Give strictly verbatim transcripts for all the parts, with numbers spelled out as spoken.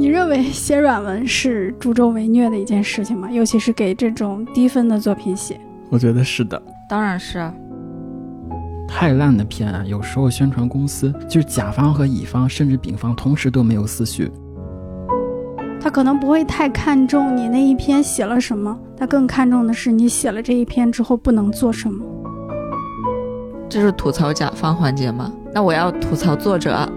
你认为写软文是助纣为虐的一件事情吗？尤其是给这种低分的作品写？ 我觉得是的。 当然是啊。 太烂的片啊，有时候宣传公司就是甲方和乙方甚至丙方同时都没有思绪。 他可能不会太看重你那一篇写了什么，他更看重的是你写了这一篇之后不能做什么。 这是吐槽甲方环节吗？那我要吐槽作者。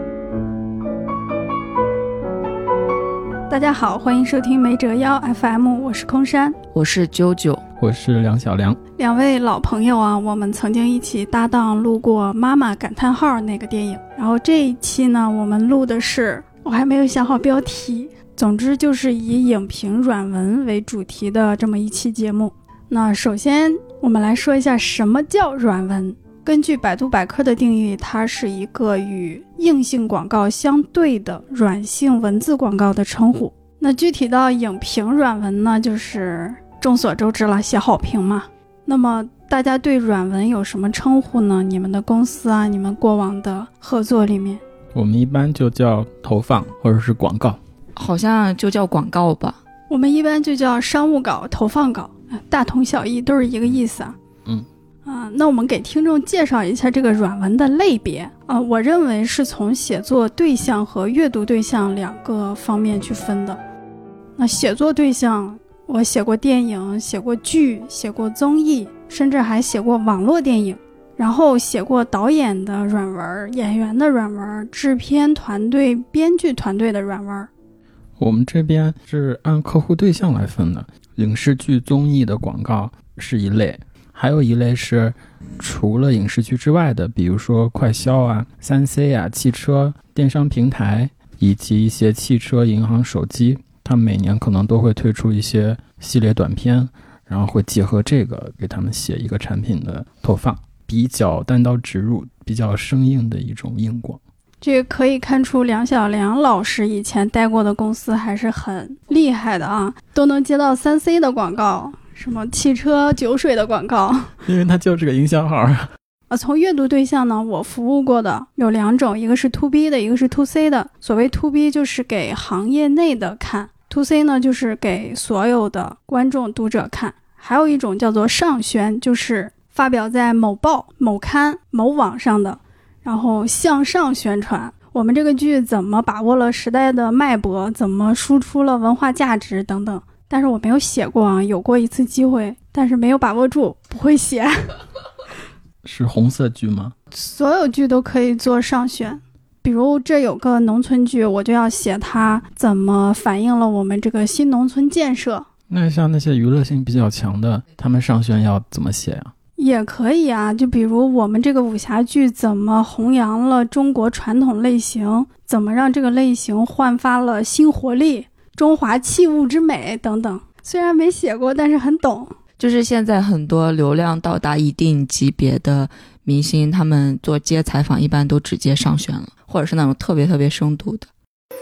大家好，欢迎收听没折腰 F M， 我是空山， 我是啾啾， 我是梁小良。 两位老朋友啊，我们曾经一起搭档录过妈妈感叹号那个电影，然后这一期呢，我们录的是，我还没有想好标题，总之就是以影评软文为主题的这么一期节目。那首先我们来说一下什么叫软文。根据百度百科的定义，它是一个与硬性广告相对的软性文字广告的称呼。那具体到影评软文呢，就是众所周知了，写好评嘛。那么大家对软文有什么称呼呢？你们的公司啊，你们过往的合作里面？ 我们一般就叫投放或者是广告。 好像就叫广告吧。 我们一般就叫商务稿、投放稿，大同小异，都是一个意思啊。 嗯啊，那我们给听众介绍一下这个软文的类别啊，我认为是从写作对象和阅读对象两个方面去分的。那写作对象，我写过电影，写过剧，写过综艺，甚至还写过网络电影，然后写过导演的软文、演员的软文、制片团队、编剧团队的软文。 我们这边是按客户对象来分的，影视剧、综艺的广告是一类，还有一类是除了影视剧之外的，比如说快消啊、三 C 啊、汽车、电商平台，以及一些汽车、银行、手机，他们每年可能都会推出一些系列短片，然后会结合这个给他们写一个产品的投放，比较单刀直入，比较生硬的一种硬广。 这个可以看出梁小良老师以前待过的公司还是很厉害的啊，都能接到 三 C 的广告，什么汽车、酒水的广告， 因为它就是个营销号啊。 从阅读对象呢，我服务过的有两种，一个是 to B 的，一个是 to C 的。所谓 to B 就是给行业内的看， to C 呢就是给所有的观众读者看。还有一种叫做上宣，就是发表在某报、某刊、某网上的，然后向上宣传我们这个剧怎么把握了时代的脉搏，怎么输出了文化价值等等。但是我没有写过啊，有过一次机会，但是没有把握住，不会写。 是红色剧吗？ 所有剧都可以做上宣，比如这有个农村剧，我就要写它怎么反映了我们这个新农村建设。 那像那些娱乐性比较强的，他们上宣要怎么写啊？ 也可以啊，就比如我们这个武侠剧怎么弘扬了中国传统类型，怎么让这个类型焕发了新活力，中华器物之美等等。虽然没写过，但是很懂。 就是现在很多流量到达一定级别的明星，他们做接采访一般都直接上宣了，或者是那种特别特别深度的。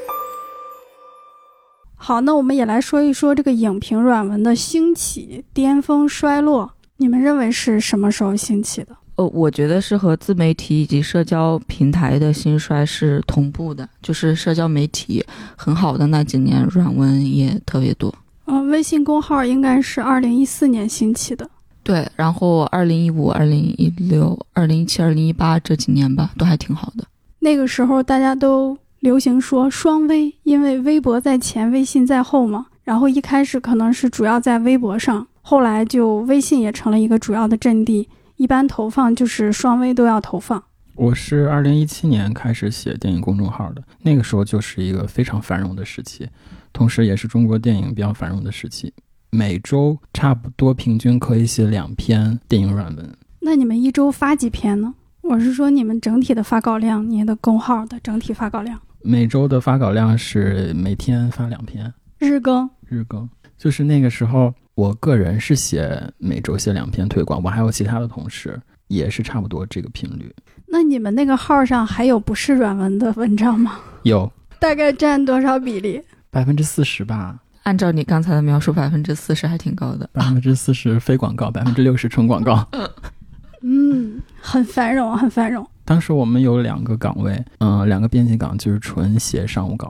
好，那我们也来说一说这个影评软文的兴起、巅峰、衰落，你们认为是什么时候兴起的？ 呃，我觉得是和自媒体以及社交平台的兴衰是同步的，就是社交媒体很好的那几年，软文也特别多。 呃，微信公号应该是二零一四年兴起的。 对，然后二零一五、二零一六、二零一七、二零一八这几年吧，都还挺好的。 那个时候大家都流行说双微，因为微博在前，微信在后嘛。然后一开始可能是主要在微博上，后来就微信也成了一个主要的阵地，一般投放就是双微都要投放。 我是二零一七年开始写电影公众号的，那个时候就是一个非常繁荣的时期，同时也是中国电影比较繁荣的时期，每周差不多平均可以写两篇电影软文。 那你们一周发几篇呢？我是说你们整体的发稿量，你的公号的整体发稿量。 每周的发稿量是每天发两篇。 日更？ 日更。就是那个时候我个人是写每周写两篇推广，我还有其他的同事也是差不多这个频率。 那你们那个号上还有不是软文的文章吗？ 有。 大概占多少比例？ 百分之四十吧。 按照你刚才的描述，百分之四十还挺高的。 百分之四十非广告，百分之六十纯广告。 嗯，很繁荣，很繁荣。 当时我们有两个岗位，嗯、呃，两个编辑岗就是纯写商务稿的。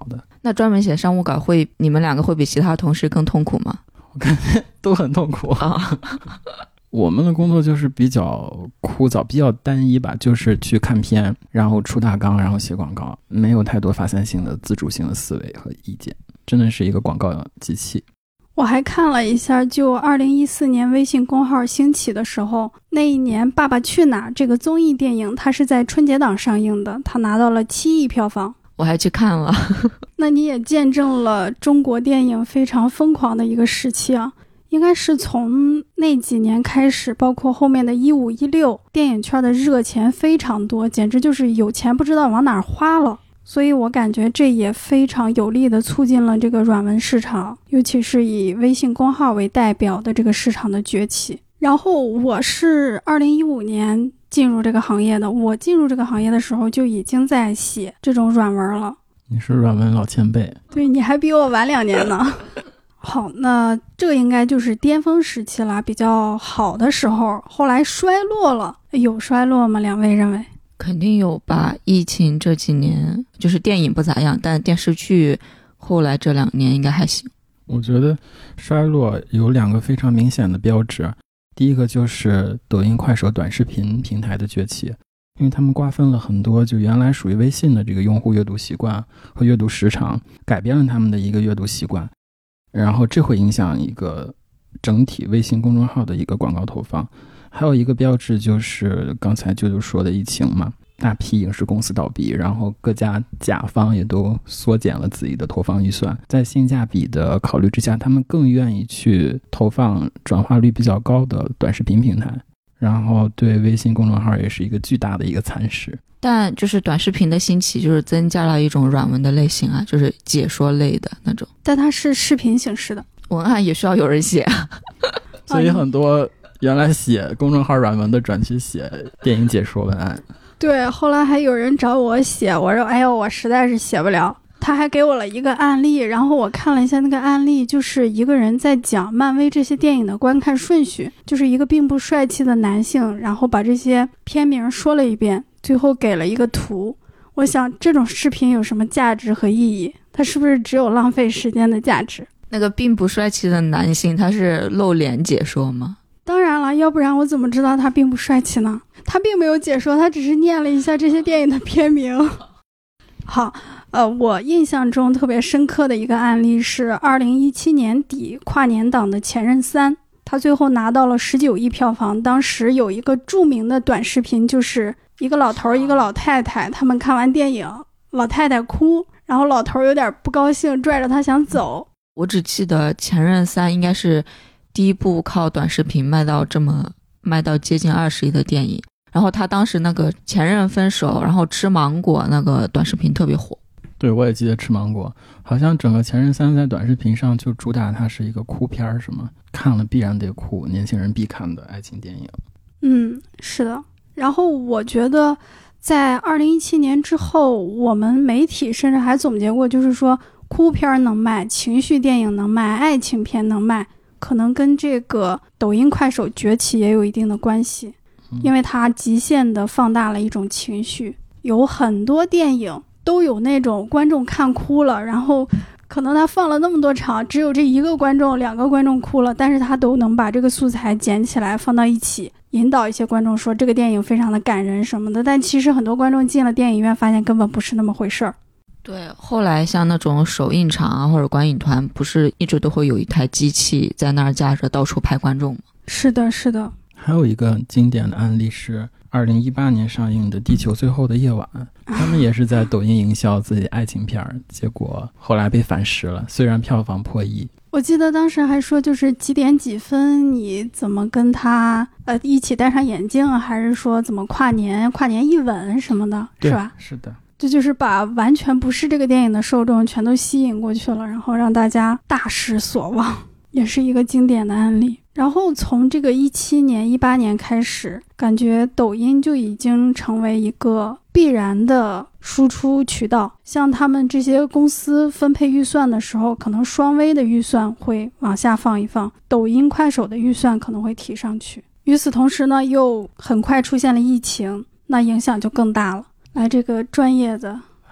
那专门写商务稿会，你们两个会比其他同事更痛苦吗？ 我感觉都很痛苦啊。 我们的工作就是比较枯燥，比较单一吧，就是去看片，然后出大纲，然后写广告，没有太多发散性的自主性的思维和意见，真的是一个广告机器。 我还看了一下，就二零一四年微信公号兴起的时候，那一年《爸爸去哪儿》这个综艺电影，它是在春节档上映的，它拿到了七亿票房。 我还去看了。 那你也见证了中国电影非常疯狂的一个时期啊。应该是从那几年开始，包括后面的一五一六，电影圈的热钱非常多，简直就是有钱不知道往哪儿花了。所以我感觉这也非常有力的促进了这个软文市场，尤其是以微信公号为代表的这个市场的崛起。然后我是二零一五年进入这个行业的，我进入这个行业的时候就已经在写这种软文了。 你是软文老前辈。 对，你还比我晚两年呢。好，那这个应该就是巅峰时期了，比较好的时候。后来衰落了，有衰落吗？两位认为？ 肯定有吧。疫情这几年就是电影不咋样，但电视剧后来这两年应该还行。 我觉得衰落有两个非常明显的标志，第一个就是抖音、快手短视频平台的崛起，因为他们瓜分了很多就原来属于微信的这个用户阅读习惯和阅读时长，改变了他们的一个阅读习惯，然后这会影响一个整体微信公众号的一个广告投放。还有一个标志就是刚才舅舅说的疫情嘛，大批影视公司倒闭，然后各家甲方也都缩减了自己的投放预算，在性价比的考虑之下，他们更愿意去投放转化率比较高的短视频平台，然后对微信公众号也是一个巨大的一个蚕食。 但就是短视频的兴起就是增加了一种软文的类型啊，就是解说类的那种， 但它是视频形式的， 文案也需要有人写。 所以很多原来写公众号软文的转去写电影解说文案。 对，后来还有人找我写，我说哎呦我实在是写不了。他还给我了一个案例，然后我看了一下那个案例，就是一个人在讲漫威这些电影的观看顺序，就是一个并不帅气的男性，然后把这些片名说了一遍，最后给了一个图。我想这种视频有什么价值和意义？它是不是只有浪费时间的价值？ 那个并不帅气的男性他是露脸解说吗？ 当然了，要不然我怎么知道他并不帅气呢？他并没有解说，他只是念了一下这些电影的片名。好，呃，我印象中特别深刻的一个案例是二零一七年底跨年档的《前任三》，他最后拿到了十九亿票房。当时有一个著名的短视频，就是一个老头一个老太太，他们看完电影，老太太哭，然后老头有点不高兴，拽着他想走。 我只记得《前任三》应该是第一部靠短视频卖到这么卖到接近二十亿的电影，然后他当时那个前任分手然后吃芒果那个短视频特别火。 对，我也记得吃芒果，好像整个前任三在短视频上就主打它是一个哭片什么，看了必然得哭，年轻人必看的爱情电影。 嗯，是的。然后我觉得在二零一七年之后，我们媒体甚至还总结过，就是说哭片能卖，情绪电影能卖，爱情片能卖，可能跟这个抖音快手崛起也有一定的关系，因为它极限的放大了一种情绪。有很多电影都有那种观众看哭了，然后可能他放了那么多场，只有这一个观众两个观众哭了，但是他都能把这个素材捡起来放到一起，引导一些观众说这个电影非常的感人什么的。但其实很多观众进了电影院发现根本不是那么回事儿。 对，后来像那种首映场啊或者观影团，不是一直都会有一台机器在那儿架着到处拍观众吗？ 是的是的。 还有一个经典的案例是二零一八年上映的《地球最后的夜晚》，他们也是在抖音营销自己爱情片，结果后来被反噬了，虽然票房破亿。 我记得当时还说就是几点几分你怎么跟他呃一起戴上眼镜，还是说怎么跨年跨年一吻什么的，是吧？ 是的。 这就是把完全不是这个电影的受众全都吸引过去了，然后让大家大失所望，也是一个经典的案例。然后从这个一七年一八年开始，感觉抖音就已经成为一个必然的输出渠道，像他们这些公司分配预算的时候，可能双微的预算会往下放一放，抖音快手的预算可能会提上去。与此同时呢，又很快出现了疫情，那影响就更大了。来，这个专业的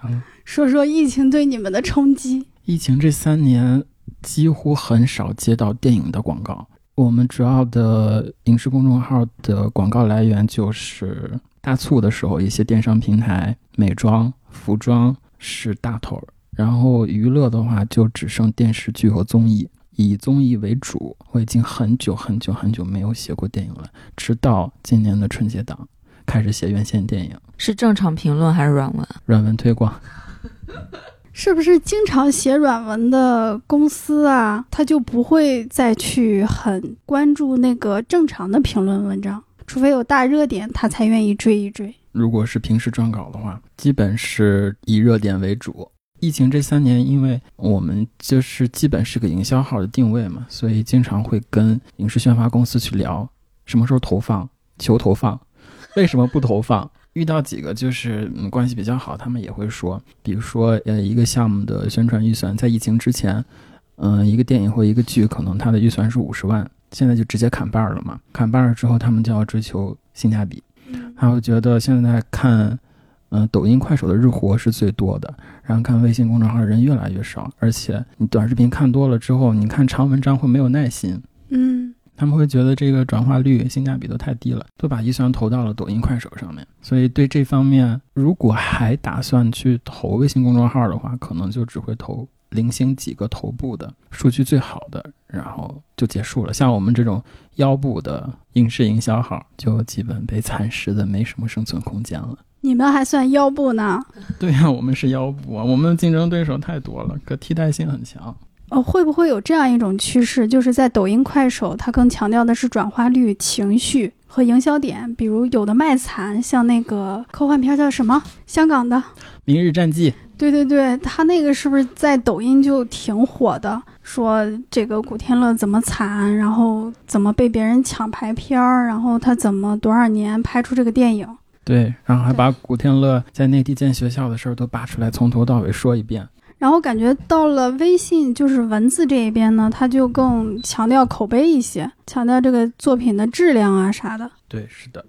嗯， 说说疫情对你们的冲击。 疫情这三年几乎很少接到电影的广告，我们主要的影视公众号的广告来源就是大促的时候一些电商平台，美妆、服装是大头，然后娱乐的话就只剩电视剧和综艺，以综艺为主。我已经很久很久很久没有写过电影了，直到今年的春节档开始写院线电影。 是正常评论还是软文？ 软文推广。 是不是经常写软文的公司啊，他就不会再去很关注那个正常的评论文章，除非有大热点他才愿意追一追。 如果是平时撰稿的话，基本是以热点为主。疫情这三年，因为我们就是基本是个营销号的定位嘛，所以经常会跟影视宣发公司去聊什么时候投放，求投放，为什么不投放。遇到几个就是嗯关系比较好，他们也会说，比如说呃一个项目的宣传预算在疫情之前，嗯、呃、一个电影或一个剧可能它的预算是五十万，现在就直接砍半了嘛。砍半了之后，他们就要追求性价比，他会觉得现在看嗯、呃抖音、快手的日活是最多的，然后看微信公众号人越来越少，而且你短视频看多了之后，你看长文章会没有耐心。 嗯。 他们会觉得这个转化率性价比都太低了，都把预算投到了抖音快手上面，所以对这方面如果还打算去投微信公众号的话，可能就只会投零星几个头部的数据最好的，然后就结束了。像我们这种腰部的影视营销号就基本被蚕食的没什么生存空间了。 你们还算腰部呢？ 对啊，我们是腰部啊，我们竞争对手太多了，可替代性很强。 哦，会不会有这样一种趋势，就是在抖音快手它更强调的是转化率、情绪和营销点，比如有的卖惨，像那个科幻片叫什么，香港的明日战记。 对对对，他那个是不是在抖音就挺火的，说这个古天乐怎么惨，然后怎么被别人抢拍片，然后他怎么多少年拍出这个电影。 对，然后还把古天乐在内地建学校的事儿都扒出来从头到尾说一遍。 然后感觉到了微信就是文字这一边呢，它就更强调口碑一些，强调这个作品的质量啊啥的。 对，是的。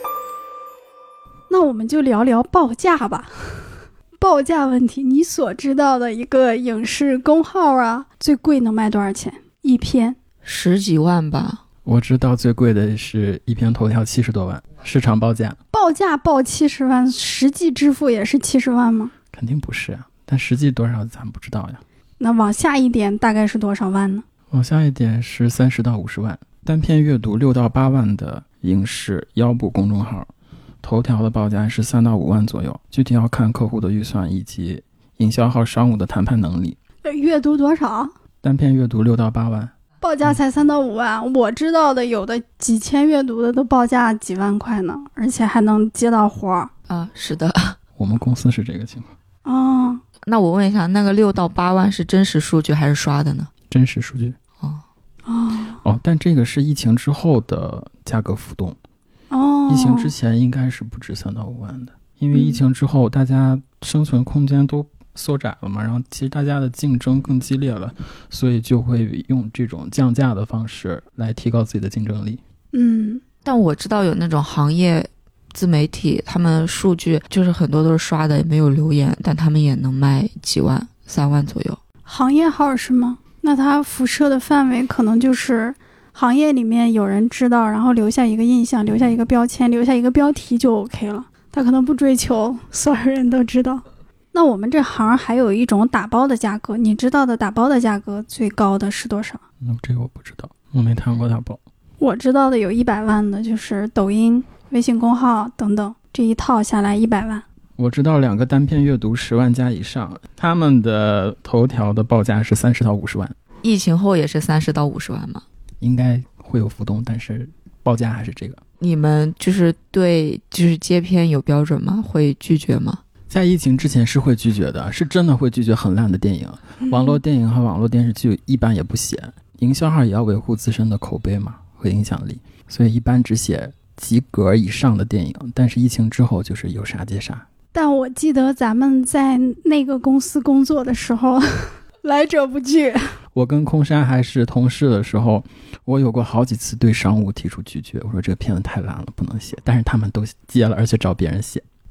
那我们就聊聊报价吧。报价问题，你所知道的一个影视公号啊，最贵能卖多少钱一篇？ 十几万吧。 我知道最贵的是一篇头条七十多万，市场报价。 报价报七十万，实际支付也是七十万吗？ 肯定不是啊。但实际多少咱不知道呀。 那往下一点大概是多少万呢？ 往下一点是三十到五十万。单篇阅读六到八万的影视腰部公众号，头条的报价是三到五万左右，具体要看客户的预算以及营销号商务的谈判能力。 阅读多少？ 单篇阅读六到八万， 报价才三到五万、嗯。我知道的有的几千阅读的都报价几万块呢，而且还能接到活儿啊。是的， 我们公司是这个情况。 哦， 那我问一下，那个六到八万是真实数据还是刷的呢？ 真实数据。 哦哦哦，但这个是疫情之后的价格浮动。 哦， 疫情之前应该是不止三到五万的，因为疫情之后大家生存空间都缩窄了嘛，然后其实大家的竞争更激烈了，所以就会用这种降价的方式来提高自己的竞争力。 嗯， 但我知道有那种行业自媒体，他们数据就是很多都是刷的，也没有留言，但他们也能卖几万、三万左右。 行业号是吗？那它辐射的范围可能就是行业里面有人知道，然后留下一个印象，留下一个标签，留下一个标题就 OK 了。他可能不追求所有人都知道。那我们这行还有一种打包的价格，你知道的打包的价格最高的是多少？ 嗯，这个我不知道，我没谈过打包。 我知道的有一百万的，就是抖音、微信公号等等，这一套下来一百万。 我知道两个单篇阅读十万加以上，他们的头条的报价是三十到五十万。 疫情后也是三十到五十万吗？ 应该会有浮动，但是报价还是这个。 你们就是对就是接片有标准吗？会拒绝吗？ 在疫情之前是会拒绝的，是真的会拒绝很烂的电影、嗯、网络电影和网络电视剧一般也不写，营销号也要维护自身的口碑嘛和影响力，所以一般只写及格以上的电影，但是疫情之后就是有啥接啥。 但我记得咱们在那个公司工作的时候来者不拒。 我跟空山还是同事的时候，我有过好几次对商务提出拒绝，我说这个片子太烂了不能写，但是他们都接了，而且找别人写。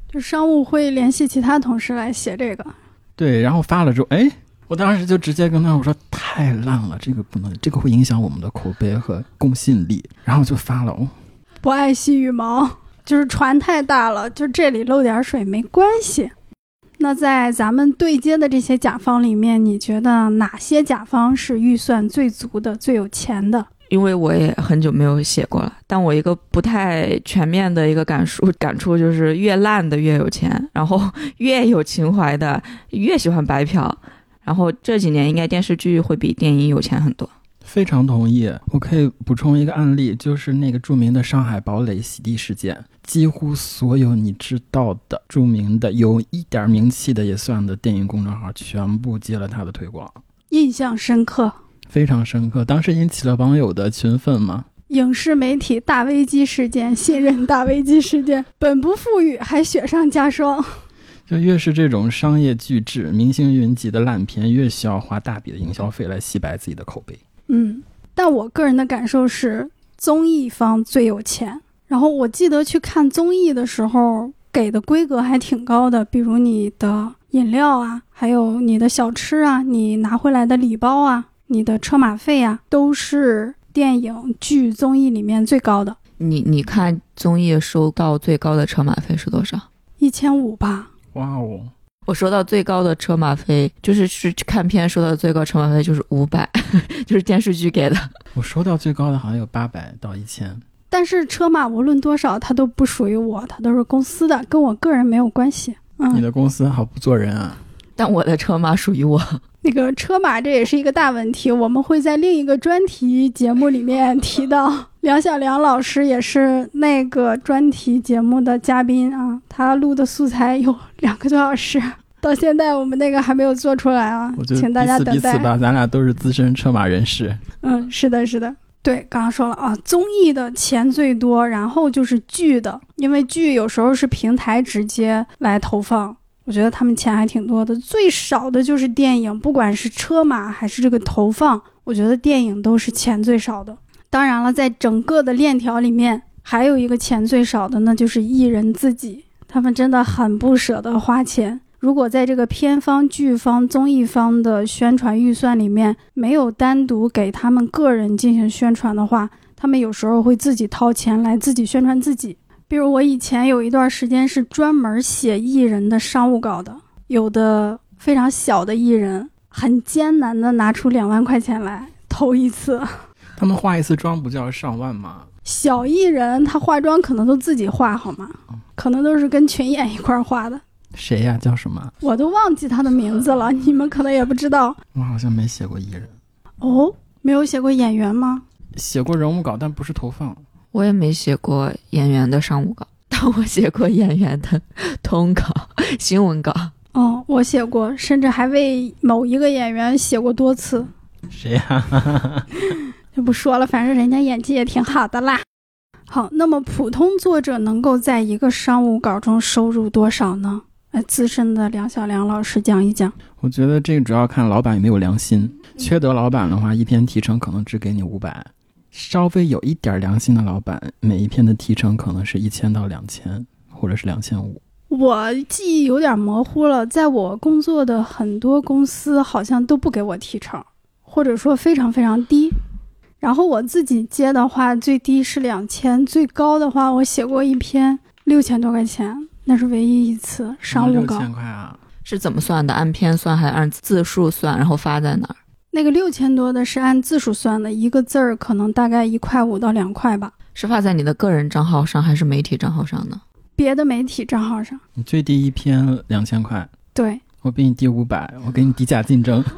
就商务会联系其他同事来写这个。 对，然后发了之后，哎，我当时就直接跟他我说太烂了，这个不能，这个会影响我们的口碑和公信力，然后就发了。哦， 不爱惜羽毛，就是船太大了，就这里漏点水没关系。那在咱们对接的这些甲方里面，你觉得哪些甲方是预算最足的、最有钱的？ 因为我也很久没有写过了，但我一个不太全面的一个感触感触就是越烂的越有钱，然后越有情怀的越喜欢白嫖，然后这几年应该电视剧会比电影有钱很多。 非常同意，我可以补充一个案例，就是那个著名的上海堡垒洗地事件，几乎所有你知道的著名的有一点名气的也算的电影公众号全部接了他的推广， 印象深刻， 非常深刻，当时引起了网友的群愤嘛。 影视媒体大危机事件，信任大危机事件，本不富裕还雪上加霜。 就越是这种商业巨制、明星云集的烂片，越需要花大笔的营销费来洗白自己的口碑。 嗯，但我个人的感受是综艺方最有钱。然后我记得去看综艺的时候给的规格还挺高的，比如你的饮料啊，还有你的小吃啊，你拿回来的礼包啊，你的车马费啊，都是电影剧综艺里面最高的。 你你看综艺收到最高的车马费是多少？ 一千五吧。 哇哦！ 我收到最高的车马费，就是是看片收到的最高车马费就是五百，就是电视剧给的。 我收到最高的好像有八百到一千。 但是车马无论多少，它都不属于我，它都是公司的，跟我个人没有关系。嗯， 你的公司好不做人啊！ 但我的车马属于我。 那个车马这也是一个大问题，我们会在另一个专题节目里面提到。梁小良老师也是那个专题节目的嘉宾啊，他录的素材有两个多小时，到现在我们那个还没有做出来啊，请大家等待。 彼此彼此吧，咱俩都是资深车马人士。 嗯，是的，是的。对，刚刚说了啊，综艺的钱最多，然后就是剧的，因为剧有时候是平台直接来投放，我觉得他们钱还挺多的。最少的就是电影，不管是车马还是这个投放，我觉得电影都是钱最少的。当然了，在整个的链条里面，还有一个钱最少的，那就是艺人自己，他们真的很不舍得花钱。如果在这个片方、剧方、综艺方的宣传预算里面没有单独给他们个人进行宣传的话，他们有时候会自己掏钱来自己宣传自己。比如我以前有一段时间是专门写艺人的商务稿的，有的非常小的艺人很艰难的拿出两万块钱来投一次。 他们化一次妆不就要上万吗？ 小艺人他化妆可能都自己化好吗？可能都是跟群演一块化的。 谁呀？叫什么？ 我都忘记他的名字了，你们可能也不知道。 我好像没写过艺人。 哦，没有写过演员吗？ 写过人物稿，但不是投放。 我也没写过演员的商务稿，但我写过演员的通稿、新闻稿。 哦，我写过，甚至还为某一个演员写过多次。 谁呀？ 就不说了，反正人家演技也挺好的啦。好，那么普通作者能够在一个商务稿中收入多少呢？呃，资深的梁小良老师讲一讲。 我觉得这个主要看老板有没有良心。缺德老板的话，一篇提成可能只给你五百；稍微有一点良心的老板，每一篇的提成可能是一千到两千，或者是两千五。 我记忆有点模糊了，在我工作的很多公司好像都不给我提成，或者说非常非常低。然后我自己接的话，最低是两千，最高的话我写过一篇六千多块钱，那是唯一一次商务稿。 六千块啊？ 是怎么算的？按篇算还是按字数算？然后发在哪儿？ 那个六千多的是按字数算的，一个字儿可能大概一块五到两块吧。 是发在你的个人账号上还是媒体账号上呢？ 别的媒体账号上。 你最低一篇两千块？ 对。 我比你低五百，我给你低价竞争。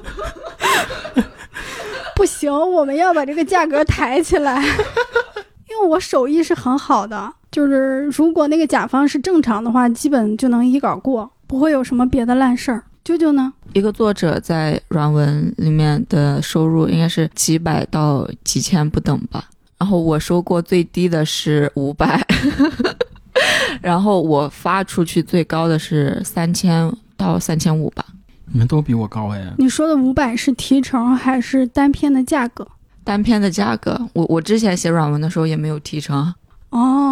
不行，我们要把这个价格抬起来。因为我手艺是很好的，就是如果那个甲方是正常的话，基本就能一稿过，不会有什么别的烂事儿。啾啾呢？ 一个作者在软文里面的收入应该是几百到几千不等吧，然后我收过最低的是五百，然后我发出去最高的是三千到三千五吧。 你们都比我高哎！ 你说的五百是提成还是单篇的价格？ 单篇的价格，我我之前写软文的时候也没有提成。 哦，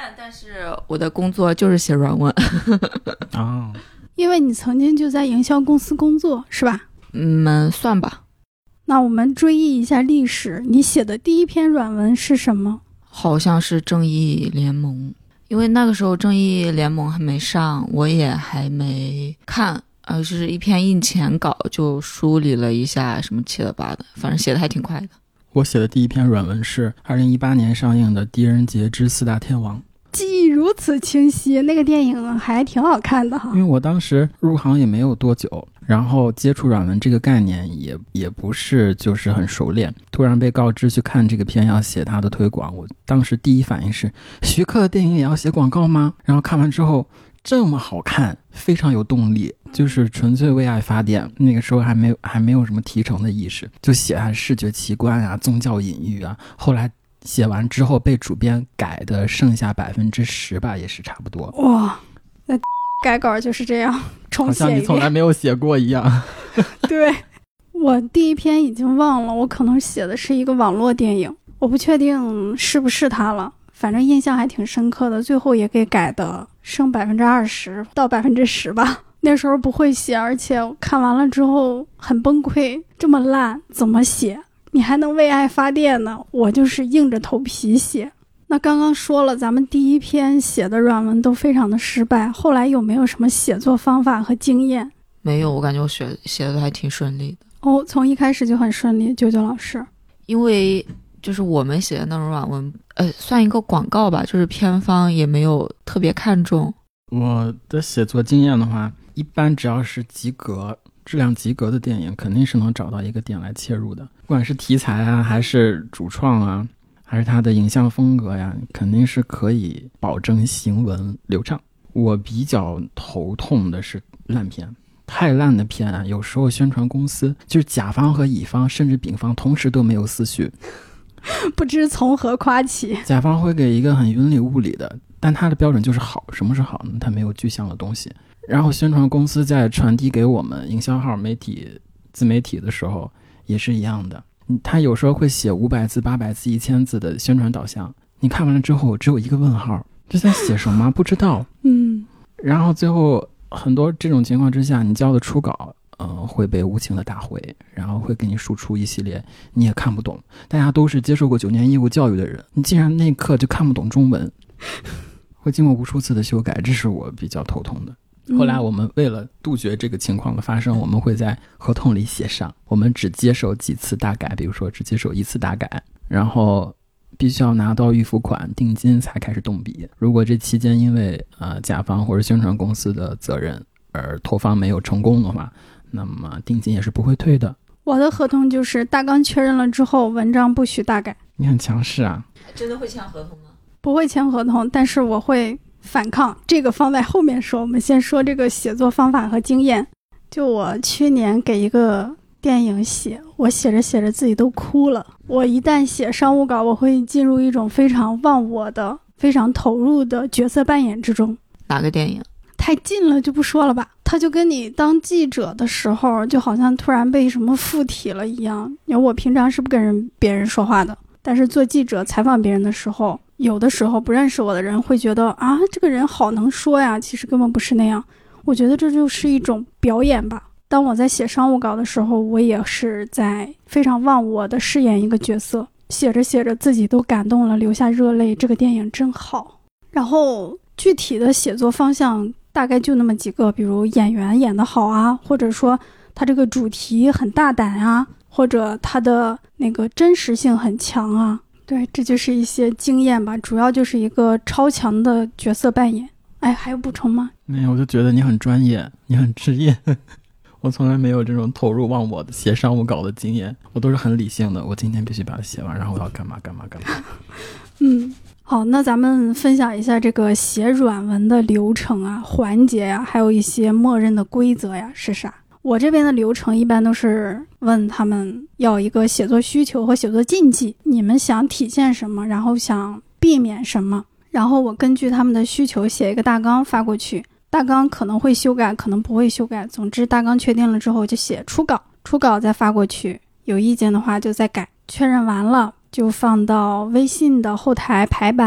但但是我的工作就是写软文哦， 因为你曾经就在营销公司工作是吧？ 嗯，算吧。 那我们追忆一下历史，你写的第一篇软文是什么？ 好像是正义联盟，因为那个时候正义联盟还没上，我也还没看，而是一篇印前稿就梳理了一下什么七了八的，反正写的还挺快的。 我写的第一篇软文是二零一八年上映的《狄仁杰之四大天王》， 记忆如此清晰，那个电影还挺好看的哈。 因为我当时入行也没有多久，然后接触软文这个概念也也不是就是很熟练，突然被告知去看这个片要写它的推广，我当时第一反应是徐克的电影也要写广告吗？然后看完之后这么好看，非常有动力，就是纯粹为爱发电。那个时候还没有还没有什么提成的意识，就写它视觉奇观啊、宗教隐喻啊。后来写完之后被主编改的剩下百分之十吧，也是差不多。 哇，那改稿就是这样重写一遍， 好像你从来没有写过一样。 对，我第一篇已经忘了，我可能写的是一个网络电影，我不确定是不是它了。反正印象还挺深刻的，最后也给改的剩百分之二十到百分之十吧。那时候不会写，而且我看完了之后很崩溃，这么烂怎么写？你还能为爱发电呢？我就是硬着头皮写。那刚刚说了，咱们第一篇写的软文都非常的失败，后来有没有什么写作方法和经验？ 没有，我感觉我写写的还挺顺利的。 哦，从一开始就很顺利，啾啾老师。 因为就是我们写的那种软文，呃，算一个广告吧，就是片方也没有特别看重。 我的写作经验的话，一般只要是及格、质量及格的电影，肯定是能找到一个点来切入的。不管是题材啊，还是主创啊，还是它的影像风格呀，肯定是可以保证行文流畅。我比较头痛的是烂片。太烂的片啊，有时候宣传公司就是甲方和乙方甚至丙方同时都没有思绪， 不知从何夸起。 甲方会给一个很云里雾里的，但他的标准就是好。什么是好呢？他没有具象的东西。然后宣传公司在传递给我们营销号、媒体、自媒体的时候也是一样的，他有时候会写五百字、八百字、一千字的宣传导向，你看完了之后只有一个问号，这在写什么？不知道。 嗯， 然后最后很多这种情况之下，你交的初稿呃，会被无情的打回，然后会给你输出一系列你也看不懂。大家都是接受过九年义务教育的人，你竟然那一刻就看不懂中文，会经过无数次的修改，这是我比较头痛的。后来我们为了杜绝这个情况的发生，我们会在合同里写上，我们只接受几次大改，比如说只接受一次大改，然后必须要拿到预付款定金才开始动笔。如果这期间因为呃甲方或者宣传公司的责任而投放没有成功的话，那么定金也是不会退的。 我的合同就是大纲确认了之后，文章不许大改。 你很强势啊！ 真的会签合同吗？ 不会签合同，但是我会反抗，这个放在后面说。我们先说这个写作方法和经验。就我去年给一个电影写，我写着写着自己都哭了。我一旦写商务稿，我会进入一种非常忘我的、非常投入的角色扮演之中。 哪个电影？ 太近了就不说了吧。他就跟你当记者的时候，就好像突然被什么附体了一样。因为我平常是不跟人别人说话的，但是做记者采访别人的时候，有的时候不认识我的人会觉得啊，这个人好能说呀，其实根本不是那样。我觉得这就是一种表演吧。当我在写商务稿的时候，我也是在非常忘我的饰演一个角色，写着写着自己都感动了，流下热泪，这个电影真好。然后具体的写作方向大概就那么几个，比如演员演得好啊，或者说他这个主题很大胆啊，或者他的那个真实性很强啊。对，这就是一些经验吧，主要就是一个超强的角色扮演。哎，还有补充吗？ 没有，我就觉得你很专业，你很职业。我从来没有这种投入忘我的写商务稿的经验，我都是很理性的。我今天必须把它写完，然后我要干嘛干嘛干嘛。 嗯，好，那咱们分享一下这个写软文的流程啊、环节呀、啊，还有一些默认的规则呀是啥？我这边的流程一般都是问他们要一个写作需求和写作禁忌，你们想体现什么，然后想避免什么，然后我根据他们的需求写一个大纲发过去。大纲可能会修改，可能不会修改，总之大纲确定了之后就写初稿，初稿再发过去，有意见的话就再改，确认完了就放到微信的后台排版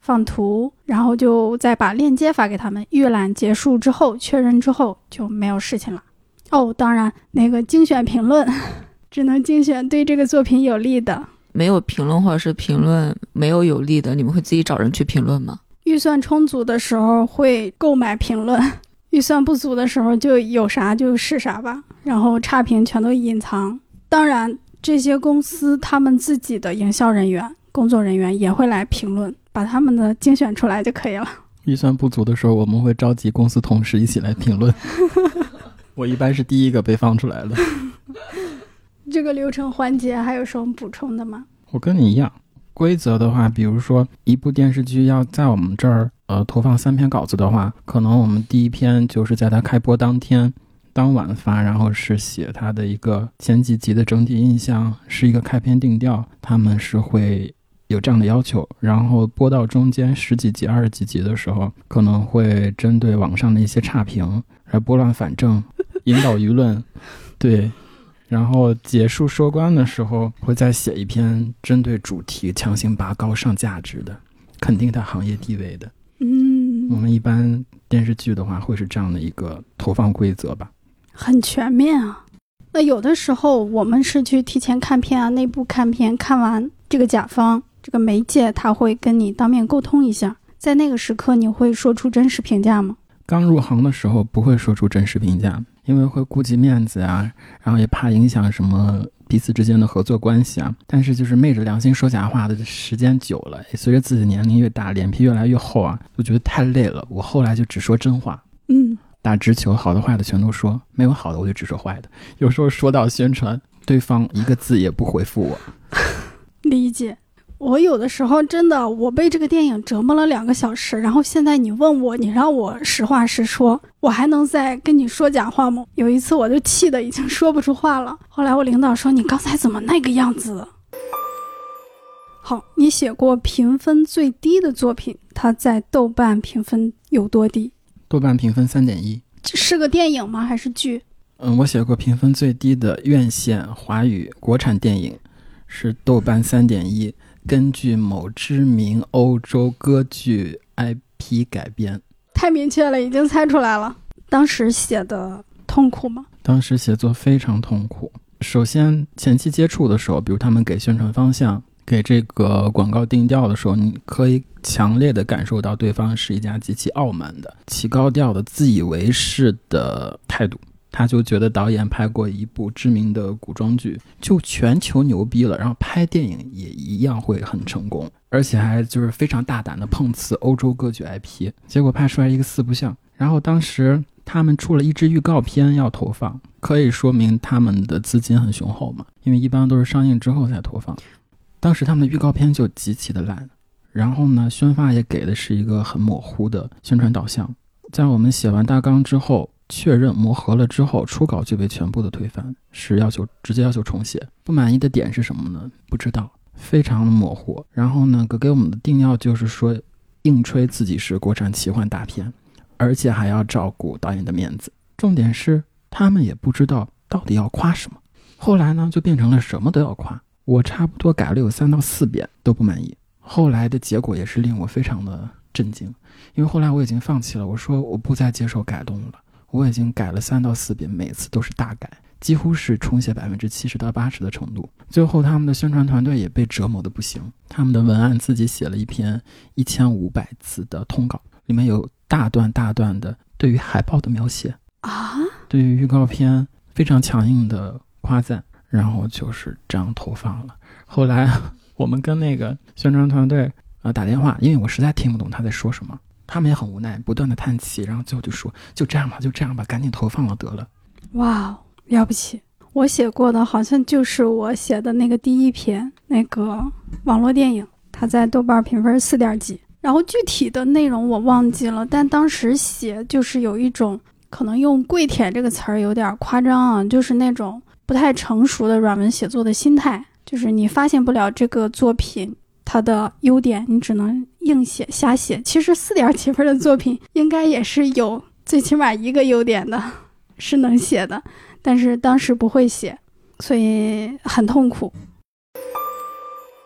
放图，然后就再把链接发给他们，预览结束之后确认之后就没有事情了。哦，当然那个精选评论只能精选对这个作品有利的， 没有评论或者是评论没有有利的，你们会自己找人去评论吗？ 预算充足的时候会购买评论，预算不足的时候就有啥就是啥吧，然后差评全都隐藏。当然这些公司他们自己的营销人员工作人员也会来评论，把他们的精选出来就可以了。 预算不足的时候我们会召集公司同事一起来评论我一般是第一个被放出来的这个流程环节还有什么补充的吗？ 我跟你一样，规则的话，比如说一部电视剧要在我们这儿呃投放三篇稿子的话，可能我们第一篇就是在它开播当天当晚发，然后是写它的一个前几集的整体印象，是一个开篇定调，他们是会有这样的要求。然后播到中间十几集二十几集的时候，可能会针对网上的一些差评来拨乱反正，引导舆论对，然后结束收官的时候会再写一篇针对主题强行拔高上价值的，肯定它行业地位的。 嗯， 我们一般电视剧的话会是这样的一个投放规则吧。 很全面啊。那有的时候我们是去提前看片啊，内部看片，看完这个甲方这个媒介他会跟你当面沟通一下，在那个时刻你会说出真实评价吗？ 刚入行的时候不会说出真实评价，因为会顾及面子啊，然后也怕影响什么彼此之间的合作关系啊。但是就是昧着良心说假话的时间久了，随着自己年龄越大，脸皮越来越厚啊，就觉得太累了。我后来就只说真话， 嗯， 打直球，好的坏的全都说，没有好的我就只说坏的。有时候说到宣传，对方一个字也不回复我。 理解。我有的时候真的，我被这个电影折磨了两个小时，然后现在你问我，你让我实话实说，我还能再跟你说假话吗？有一次我就气得已经说不出话了，后来我领导说，你刚才怎么那个样子？好，你写过评分最低的作品，它在豆瓣评分有多低？ 豆瓣评分 三点一。 这是个电影吗？还是剧？ 嗯，我写过评分最低的院线华语国产电影是豆瓣 三点一， 根据某知名欧洲歌剧 I P 改编。 太明确了，已经猜出来了。当时写的痛苦吗？ 当时写作非常痛苦。首先前期接触的时候，比如他们给宣传方向给这个广告定调的时候，你可以强烈的感受到对方是一家极其傲慢的起高调的自以为是的态度。他就觉得导演拍过一部知名的古装剧就全球牛逼了，然后拍电影也一样会很成功，而且还就是非常大胆的碰瓷欧洲歌剧 I P， 结果拍出来一个四不像。然后当时他们出了一支预告片要投放，可以说明他们的资金很雄厚嘛，因为一般都是上映之后才投放。当时他们的预告片就极其的烂，然后呢宣发也给的是一个很模糊的宣传导向。在我们写完大纲之后，确认磨合了之后，初稿就被全部的推翻，是要求直接要求重写。不满意的点是什么呢？不知道，非常的模糊。然后呢给我们的定调就是说硬吹自己是国产奇幻大片，而且还要照顾导演的面子。重点是他们也不知道到底要夸什么。后来呢就变成了什么都要夸，我差不多改了有三到四遍都不满意。后来的结果也是令我非常的震惊，因为后来我已经放弃了，我说我不再接受改动了。我已经改了三到四遍，每次都是大改，几乎是重写百分之七十到八十的程度。最后他们的宣传团队也被折磨的不行，他们的文案自己写了一篇一千五百字的通稿，里面有大段大段的对于海报的描写啊， 对于预告片非常强硬的夸赞，然后就是这样投放了。后来我们跟那个宣传团队呃打电话，因为我实在听不懂他在说什么，他们也很无奈，不断的叹气，然后最后就说就这样吧就这样吧赶紧投放了得了。 哇，了不起。我写过的好像就是我写的那个第一篇那个网络电影，它在豆瓣评分四点几，然后具体的内容我忘记了，但当时写就是有一种可能用跪舔这个词儿有点夸张啊，就是那种不太成熟的软文写作的心态，就是你发现不了这个作品它的优点，你只能硬写瞎写。其实四点几分的作品应该也是有最起码一个优点的，是能写的，但是当时不会写，所以很痛苦。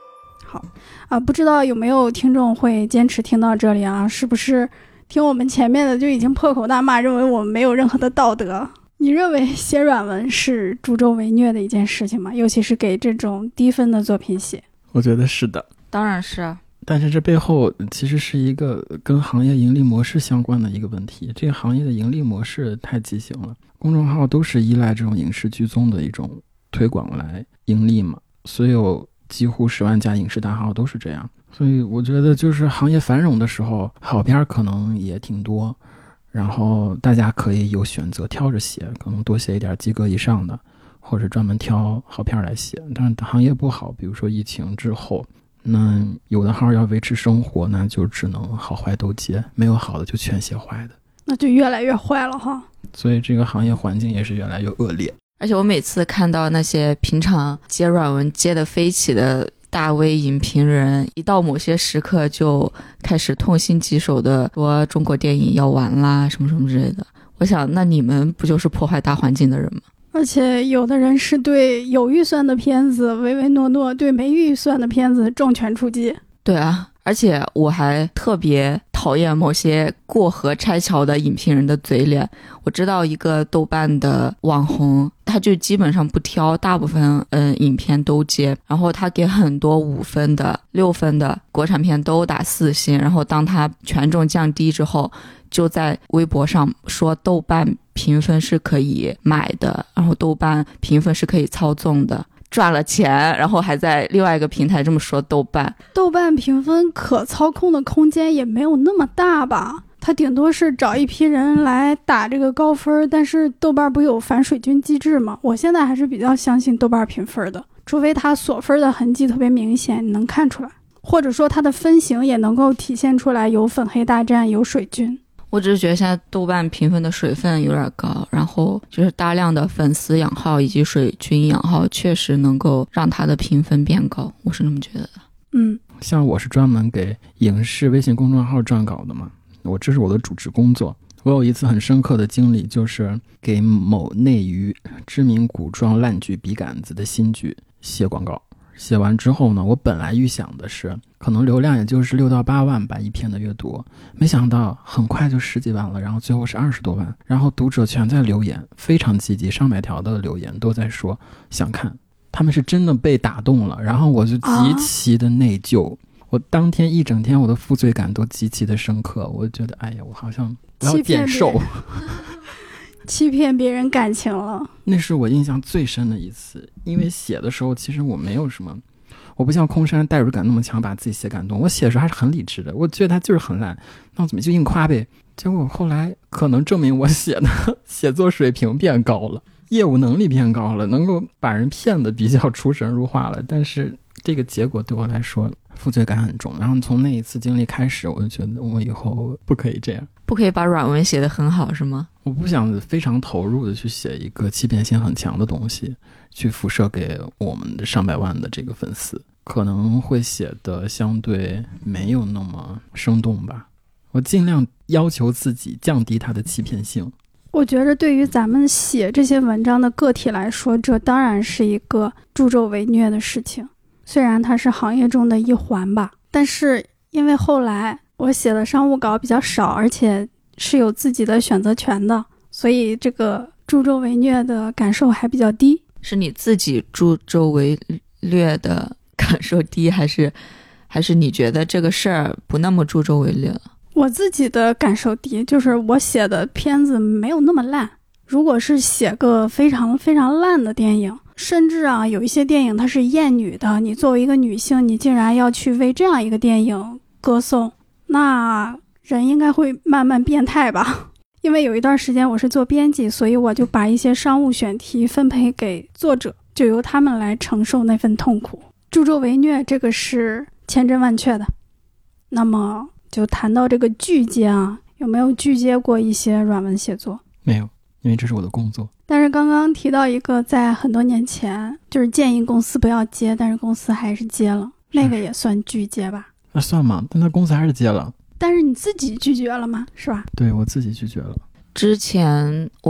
好啊、呃，不知道有没有听众会坚持听到这里啊？是不是听我们前面的就已经破口大骂，认为我们没有任何的道德？你认为写软文是助纣为虐的一件事情吗？尤其是给这种低分的作品写？ 我觉得是的， 当然是啊。 但是这背后其实是一个跟行业盈利模式相关的一个问题。这个行业的盈利模式太畸形了，公众号都是依赖这种影视剧综的一种推广来盈利嘛，所有几乎十万家影视大号都是这样。所以我觉得就是行业繁荣的时候，好片可能也挺多，然后大家可以有选择挑着写，可能多写一点及格以上的，或者专门挑好片来写。但是行业不好，比如说疫情之后，那有的号要维持生活，那就只能好坏都接，没有好的就全写坏的， 那就越来越坏了哈。 所以这个行业环境也是越来越恶劣。 而且我每次看到那些平常接软文接得飞起的大 V 影评人，一到某些时刻就开始痛心疾首的说中国电影要完啦什么什么之类的，我想那你们不就是破坏大环境的人吗？ 而且有的人是对有预算的片子唯唯诺诺，对没预算的片子重拳出击。 对啊，而且我还特别讨厌某些过河拆桥的影评人的嘴脸。我知道一个豆瓣的网红，他就基本上不挑，大部分嗯影片都接，然后他给很多五分的六分的国产片都打四星，然后当他权重降低之后，就在微博上说豆瓣评分是可以买的，然后豆瓣评分是可以操纵的，赚了钱，然后还在另外一个平台这么说豆瓣。 豆瓣评分可操控的空间也没有那么大吧，它顶多是找一批人来打这个高分，但是豆瓣不有反水军机制吗？我现在还是比较相信豆瓣评分的，除非它锁分的痕迹特别明显，你能看出来，或者说它的分型也能够体现出来有粉黑大战，有水军。 我只是觉得现在豆瓣评分的水分有点高，然后就是大量的粉丝养号以及水军养号确实能够让它的评分变高，我是那么觉得的。 嗯， 像我是专门给影视微信公众号撰稿的嘛，我这是我的主持工作。我有一次很深刻的经历，就是给某内娱知名古装烂剧笔杆子的新剧写广告。写完之后呢，我本来预想的是可能流量也就是六到八万吧一篇的阅读，没想到很快就十几万了，然后最后是二十多万，然后读者全在留言，非常积极，上百条的留言都在说想看，他们是真的被打动了，然后我就极其的内疚、啊、我当天一整天我的负罪感都极其的深刻，我觉得哎呀，我好像我要减瘦， 欺骗别人感情了。 那是我印象最深的一次，因为写的时候其实我没有什么，我不像空山代入感那么强把自己写感动，我写的时候还是很理智的，我觉得他就是很烂，那我怎么就硬夸呗？结果后来可能证明我写的写作水平变高了，业务能力变高了，能够把人骗得比较出神入化了，但是这个结果对我来说负罪感很重，然后从那一次经历开始，我就觉得我以后不可以这样， 不可以把软文写得很好是吗？ 我不想非常投入的去写一个欺骗性很强的东西去辐射给我们的上百万的这个粉丝，可能会写的相对没有那么生动吧，我尽量要求自己降低它的欺骗性。 我觉得对于咱们写这些文章的个体来说，这当然是一个助纣为虐的事情，虽然它是行业中的一环吧，但是因为后来我写的商务稿比较少，而且是有自己的选择权的，所以这个助纣为虐的感受还比较低。 是你自己助纣为虐的感受低，还是还是你觉得这个事儿不那么助纣为虐？ 我自己的感受低，就是我写的片子没有那么烂。如果是写个非常非常烂的电影，甚至啊有一些电影它是厌女的，你作为一个女性，你竟然要去为这样一个电影歌颂，那人应该会慢慢变态吧。因为有一段时间我是做编辑，所以我就把一些商务选题分配给作者，就由他们来承受那份痛苦。助纣为虐这个是千真万确的。那么就谈到这个拒接啊，有没有拒接过一些软文写作？ 没有，因为这是我的工作。 但是刚刚提到一个在很多年前就是建议公司不要接，但是公司还是接了，那个也算拒接吧？ 那算吗？但他公司还是接了。 但是你自己拒绝了吗？是吧？ 对，我自己拒绝了。 之前我还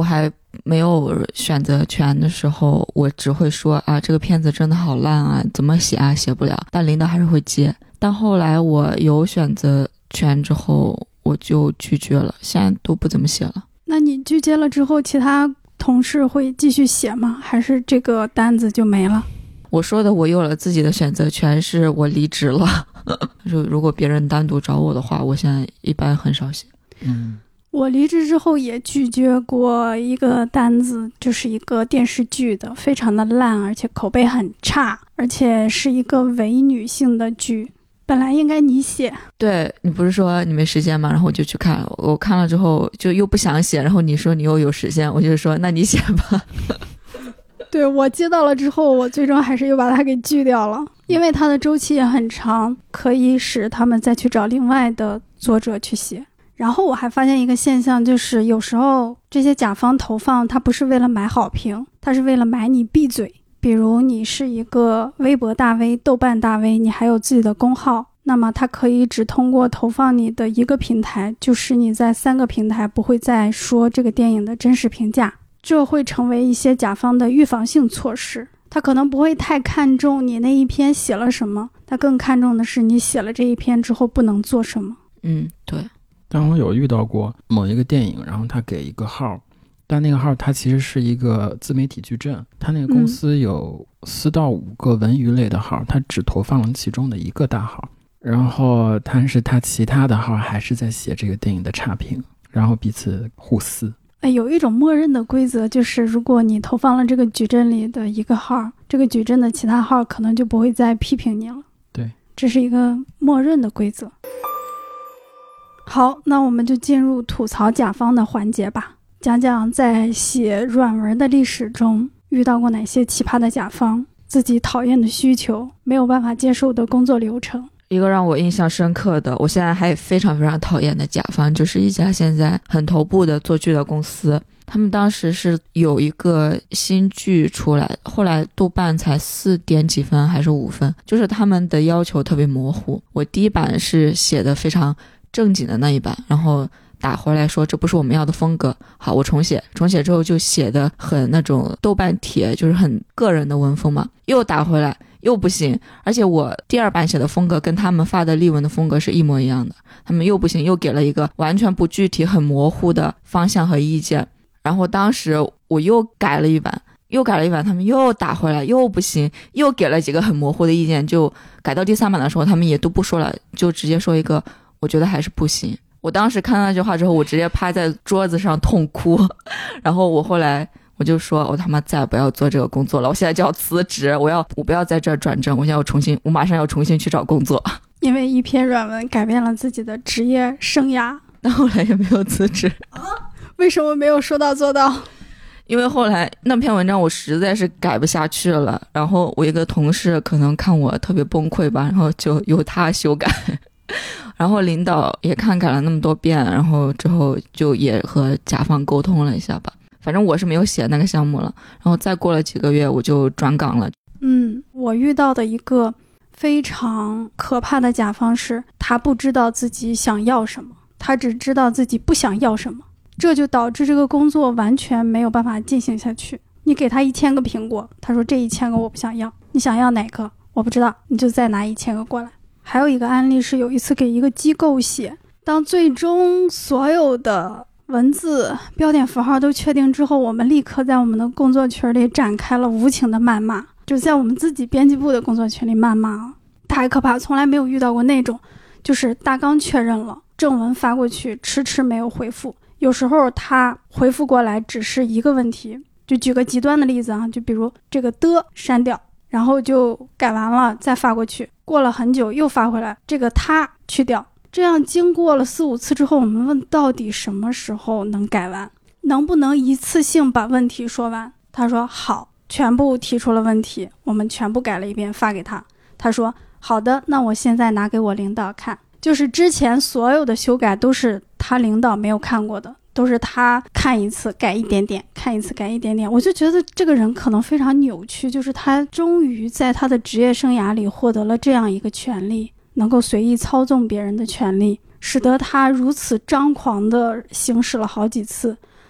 没有选择权的时候，我只会说啊，这个片子真的好烂啊，怎么写啊，写不了。但领导还是会接。但后来我有选择权之后，我就拒绝了，现在都不怎么写了。 那你拒绝了之后，其他同事会继续写吗？还是这个单子就没了？ 我说的我有了自己的选择权，是我离职了。就如果别人单独找我的话，我现在一般很少写。 嗯， 我离职之后也拒绝过一个单子，就是一个电视剧的，非常的烂，而且口碑很差，而且是一个伪女性的剧。本来应该你写， 对，你不是说你没时间吗？然后我就去看了，我看了之后就又不想写，然后你说你又有时间，我就说那你写吧。 对，我接到了之后，我最终还是又把它给拒掉了，因为它的周期也很长，可以使他们再去找另外的作者去写。然后我还发现一个现象，就是有时候这些甲方投放，它不是为了买好评，它是为了买你闭嘴。比如你是一个微博大 V、豆瓣大 V， 你还有自己的公号，那么它可以只通过投放你的一个平台，就使你在三个平台不会再说这个电影的真实评价。这会成为一些甲方的预防性措施，他可能不会太看重你那一篇写了什么，他更看重的是你写了这一篇之后不能做什么。 嗯，对。 但我有遇到过某一个电影，然后他给一个号，但那个号它其实是一个自媒体矩阵，他那个公司有四到五个文娱类的号，他只投放了其中的一个大号，然后但是他其他的号还是在写这个电影的差评，然后彼此互撕。 哎，有一种默认的规则，就是如果你投放了这个矩阵里的一个号，这个矩阵的其他号可能就不会再批评你了。 对， 这是一个默认的规则。好，那我们就进入吐槽甲方的环节吧，讲讲在写软文的历史中遇到过哪些奇葩的甲方，自己讨厌的需求，没有办法接受的工作流程。 一个让我印象深刻的，我现在还非常非常讨厌的甲方，就是一家现在很头部的做剧的公司。他们当时是有一个新剧出来，后来豆瓣才四点几分还是五分，就是他们的要求特别模糊。我第一版是写的非常正经的那一版，然后打回来说这不是我们要的风格，好，我重写，重写之后就写的很那种豆瓣帖，就是很个人的文风嘛，又打回来又不行，而且我第二版写的风格跟他们发的例文的风格是一模一样的，他们又不行，又给了一个完全不具体很模糊的方向和意见。然后当时我又改了一版又改了一版，他们又打回来又不行，又给了几个很模糊的意见，就改到第三版的时候他们也都不说了，就直接说一个我觉得还是不行。我当时看到那句话之后，我直接趴在桌子上痛哭。然后我后来我就说我他妈再也不要做这个工作了，我现在就要辞职，我要我不要在这儿转正，我现在要重新我马上要重新去找工作。 因为一篇软文改变了自己的职业生涯， 但后来也没有辞职。 为什么没有说到做到？ 因为后来那篇文章我实在是改不下去了，然后我一个同事可能看我特别崩溃吧，然后就由他修改。然后领导也看改了那么多遍，然后之后就也和甲方沟通了一下吧，反正我是没有写那个项目了。然后再过了几个月我就转岗了。 嗯，我遇到的一个非常可怕的甲方是，他不知道自己想要什么，他只知道自己不想要什么，这就导致这个工作完全没有办法进行下去。你给他一千个苹果，他说这一千个我不想要，你想要哪个？我不知道，你就再拿一千个过来。还有一个案例是，有一次给一个机构写，当最终所有的文字标点符号都确定之后，我们立刻在我们的工作群里展开了无情的谩骂，就在我们自己编辑部的工作群里谩骂，太可怕，从来没有遇到过那种就是大纲确认了，正文发过去迟迟没有回复，有时候他回复过来只是一个问题，就举个极端的例子啊，就比如这个的删掉，然后就改完了再发过去，过了很久又发回来，这个他去掉。这样经过了四五次之后，我们问到底什么时候能改完，能不能一次性把问题说完。他说好，全部提出了问题，我们全部改了一遍发给他。他说好的，那我现在拿给我领导看。就是之前所有的修改都是他领导没有看过的，都是他看一次改一点点，看一次改一点点。我就觉得这个人可能非常扭曲，就是他终于在他的职业生涯里获得了这样一个权利，能够随意操纵别人的权利，使得他如此张狂地行使了好几次，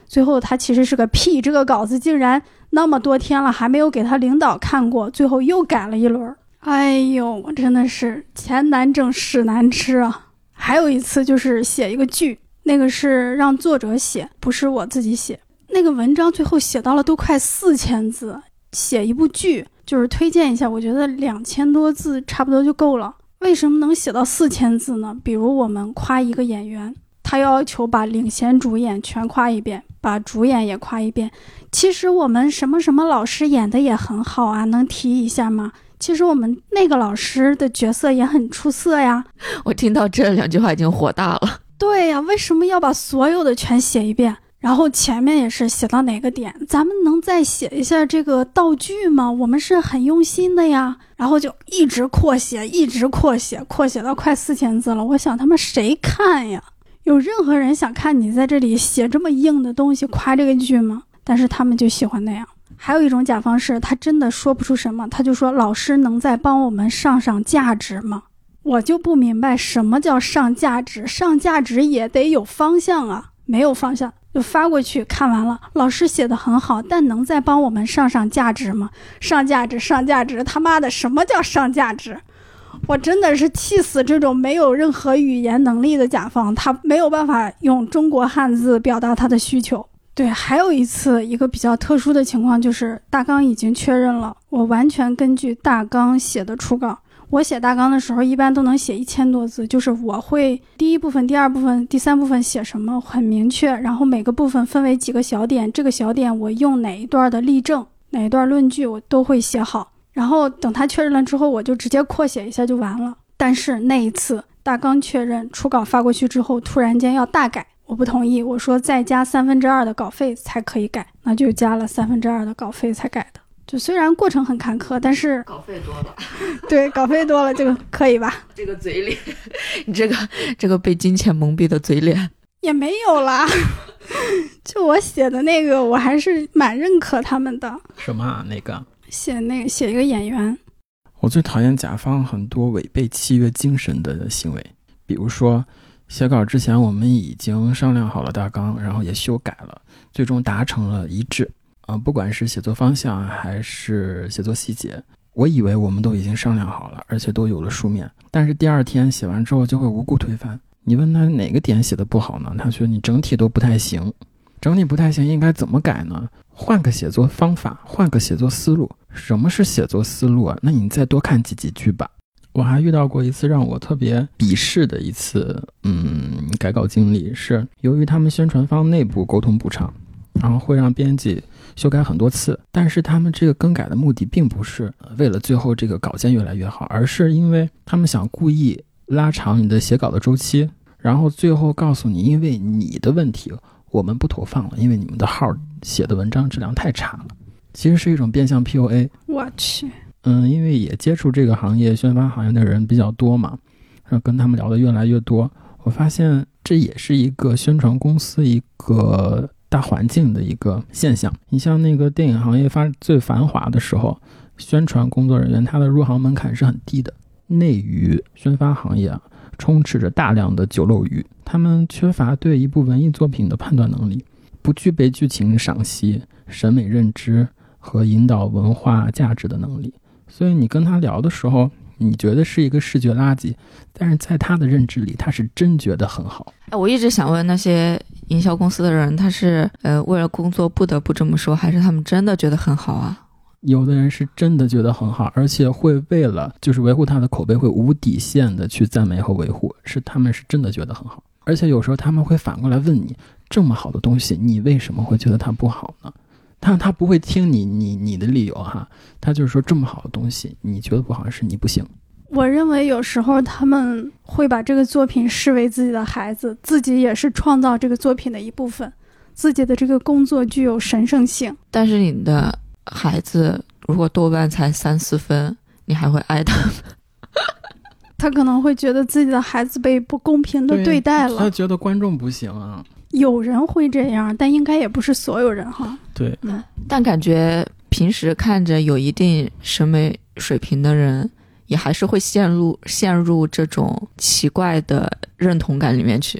最后他其实是个屁，这个稿子竟然那么多天了还没有给他领导看过，最后又改了一轮。哎呦，我真的是钱难挣屎难吃啊。还有一次就是写一个剧，那个是让作者写，不是我自己写。那个文章最后写到了都快四千字，写一部剧就是推荐一下，我觉得两千多字差不多就够了。为什么能写到四千字呢？比如我们夸一个演员，他要求把领衔主演全夸一遍，把主演也夸一遍。其实我们什么什么老师演的也很好啊，能提一下吗？其实我们那个老师的角色也很出色呀。 我听到这两句话已经火大了。 对呀，为什么要把所有的全写一遍？然后前面也是写到哪个点，咱们能再写一下这个道具吗？我们是很用心的呀。然后就一直扩写，一直扩写，扩写到快四千字了。我想他们谁看呀？有任何人想看你在这里写这么硬的东西夸这个剧吗？但是他们就喜欢那样。还有一种甲方是他真的说不出什么，他就说老师能再帮我们上上价值吗？我就不明白什么叫上价值，上价值也得有方向啊，没有方向就发过去，看完了老师写的很好，但能再帮我们上上价值吗？上价值上价值，他妈的什么叫上价值？我真的是气死这种没有任何语言能力的甲方，他没有办法用中国汉字表达他的需求。对，还有一次一个比较特殊的情况，就是大纲已经确认了，我完全根据大纲写的初稿。我写大纲的时候一般都能写一千多字，就是我会第一部分、第二部分、第三部分写什么很明确，然后每个部分分为几个小点，这个小点我用哪一段的例证、哪一段论据我都会写好，然后等他确认了之后我就直接扩写一下就完了。但是那一次大纲确认初稿发过去之后，突然间要大改，我不同意，我说再加三分之二的稿费才可以改，那就加了三分之二的稿费才改的。就虽然过程很坎坷，但是稿费多了。 对，稿费多了，这个可以吧？ 这个嘴脸，你这个这个被金钱蒙蔽的嘴脸也没有啦。就我写的那个，我还是蛮认可他们的。 什么啊？那个写那个写一个演员。 我最讨厌甲方很多违背契约精神的行为，比如说写稿之前我们已经商量好了大纲，然后也修改了，最终达成了一致。呃，不管是写作方向还是写作细节，我以为我们都已经商量好了，而且都有了书面，但是第二天写完之后就会无故推翻。你问他哪个点写的不好呢？他觉得你整体都不太行。整体不太行应该怎么改呢？换个写作方法，换个写作思路。什么是写作思路啊？那你再多看几几句吧。我还遇到过一次让我特别鄙视的一次嗯改稿经历，是由于他们宣传方内部沟通不畅，然后会让编辑修改很多次，但是他们这个更改的目的并不是为了最后这个稿件越来越好，而是因为他们想故意拉长你的写稿的周期，然后最后告诉你因为你的问题我们不投放了，因为你们的号写的文章质量太差了。其实是一种变相 P U A。 我去。 嗯，因为也接触这个行业宣发行业的人比较多嘛，然后跟他们聊的越来越多，我发现这也是一个宣传公司一个大环境的一个现象。你像那个电影行业发最繁华的时候，宣传工作人员他的入行门槛是很低的。内娱宣发行业啊，充斥着大量的酒漏鱼，他们缺乏对一部文艺作品的判断能力，不具备剧情赏析、审美认知和引导文化价值的能力。所以你跟他聊的时候，你觉得是一个视觉垃圾，但是在他的认知里他是真觉得很好。 哎，我一直想问那些营销公司的人，他是呃为了工作不得不这么说，还是他们真的觉得很好啊？ 有的人是真的觉得很好，而且会为了就是维护他的口碑会无底线的去赞美和维护，是他们是真的觉得很好。而且有时候他们会反过来问你，这么好的东西你为什么会觉得它不好呢？他他不会听你你你的理由哈，他就是说这么好的东西你觉得不好是你不行。 我认为有时候他们会把这个作品视为自己的孩子，自己也是创造这个作品的一部分，自己的这个工作具有神圣性。 但是你的孩子如果豆瓣才三四分，你还会爱他们？ 他可能会觉得自己的孩子被不公平的对待了， 他觉得观众不行啊。 有人会这样，但应该也不是所有人哈。 对， 嗯，但感觉平时看着有一定审美水平的人，也还是会陷入陷入这种奇怪的认同感里面去。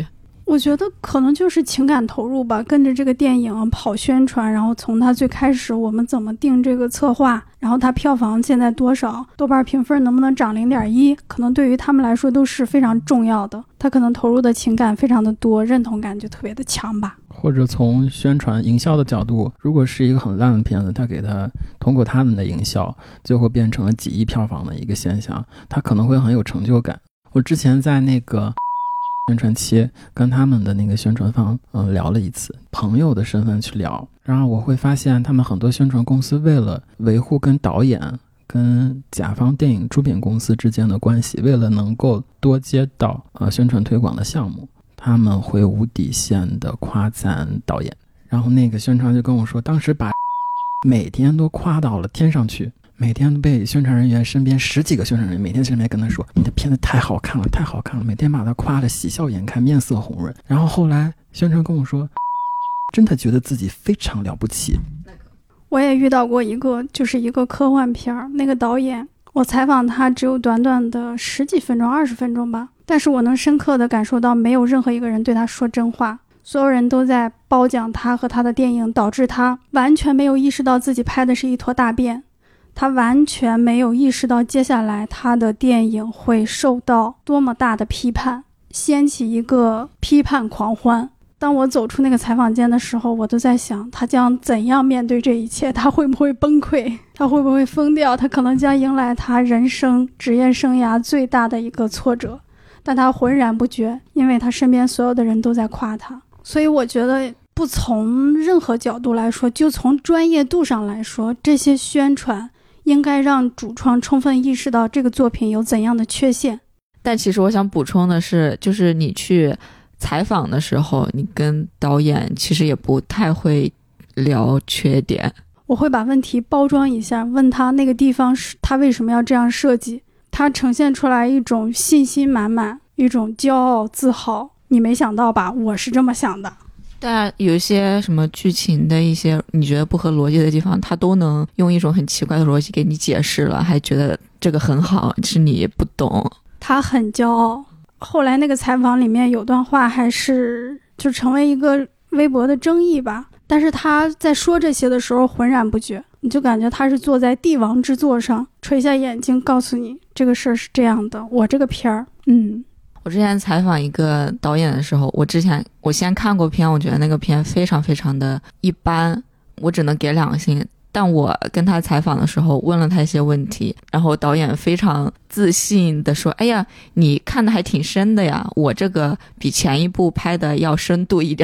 我觉得可能就是情感投入吧，跟着这个电影跑宣传，然后从它最开始我们怎么定这个策划，然后它票房现在多少，豆瓣评分能不能涨零点一，可能对于他们来说都是非常重要的。他可能投入的情感非常的多，认同感就特别的强吧。 或者从宣传营销的角度，如果是一个很烂的片子，他给他通过他们的营销，最后变成了几亿票房的一个现象，他可能会很有成就感。我之前在那个宣传期跟他们的那个宣传方嗯聊了一次，朋友的身份去聊，然后我会发现他们很多宣传公司为了维护跟导演跟甲方电影出品公司之间的关系，为了能够多接到呃宣传推广的项目，他们会无底线的夸赞导演。然后那个宣传就跟我说，当时把每天都夸到了天上去，每天都被宣传人员身边十几个宣传人员每天身边跟他说，你的片子太好看了太好看了，每天把他夸得喜笑颜开，面色红润。然后后来宣传跟我说，真的觉得自己非常了不起。 我也遇到过一个，就是一个科幻片，那个导演我采访他只有短短的十几分钟二十分钟吧，但是我能深刻地感受到没有任何一个人对他说真话，所有人都在褒奖他和他的电影，导致他完全没有意识到自己拍的是一坨大便，他完全没有意识到接下来他的电影会受到多么大的批判，掀起一个批判狂欢。当我走出那个采访间的时候，我都在想他将怎样面对这一切，他会不会崩溃，他会不会疯掉，他可能将迎来他人生职业生涯最大的一个挫折，但他浑然不觉，因为他身边所有的人都在夸他。所以我觉得不从任何角度来说，就从专业度上来说，这些宣传应该让主创充分意识到这个作品有怎样的缺陷。 但其实我想补充的是，就是你去采访的时候，你跟导演其实也不太会聊缺点。 我会把问题包装一下，问他那个地方是他为什么要这样设计，他呈现出来一种信心满满，一种骄傲自豪，你没想到吧，我是这么想的。 但有一些什么剧情的一些你觉得不合逻辑的地方，他都能用一种很奇怪的逻辑给你解释了，还觉得这个很好，是你不懂。 他很骄傲。后来那个采访里面有段话还是就成为一个微博的争议吧，但是他在说这些的时候浑然不觉，你就感觉他是坐在帝王之座上，垂下眼睛告诉你这个事儿是这样的，我这个片儿嗯。 我之前采访一个导演的时候，我之前我先看过片，我觉得那个片非常非常的一般，我只能给两星。但我跟他采访的时候问了他一些问题，然后导演非常自信的说，哎呀，你看的还挺深的呀，我这个比前一部拍的要深度一点。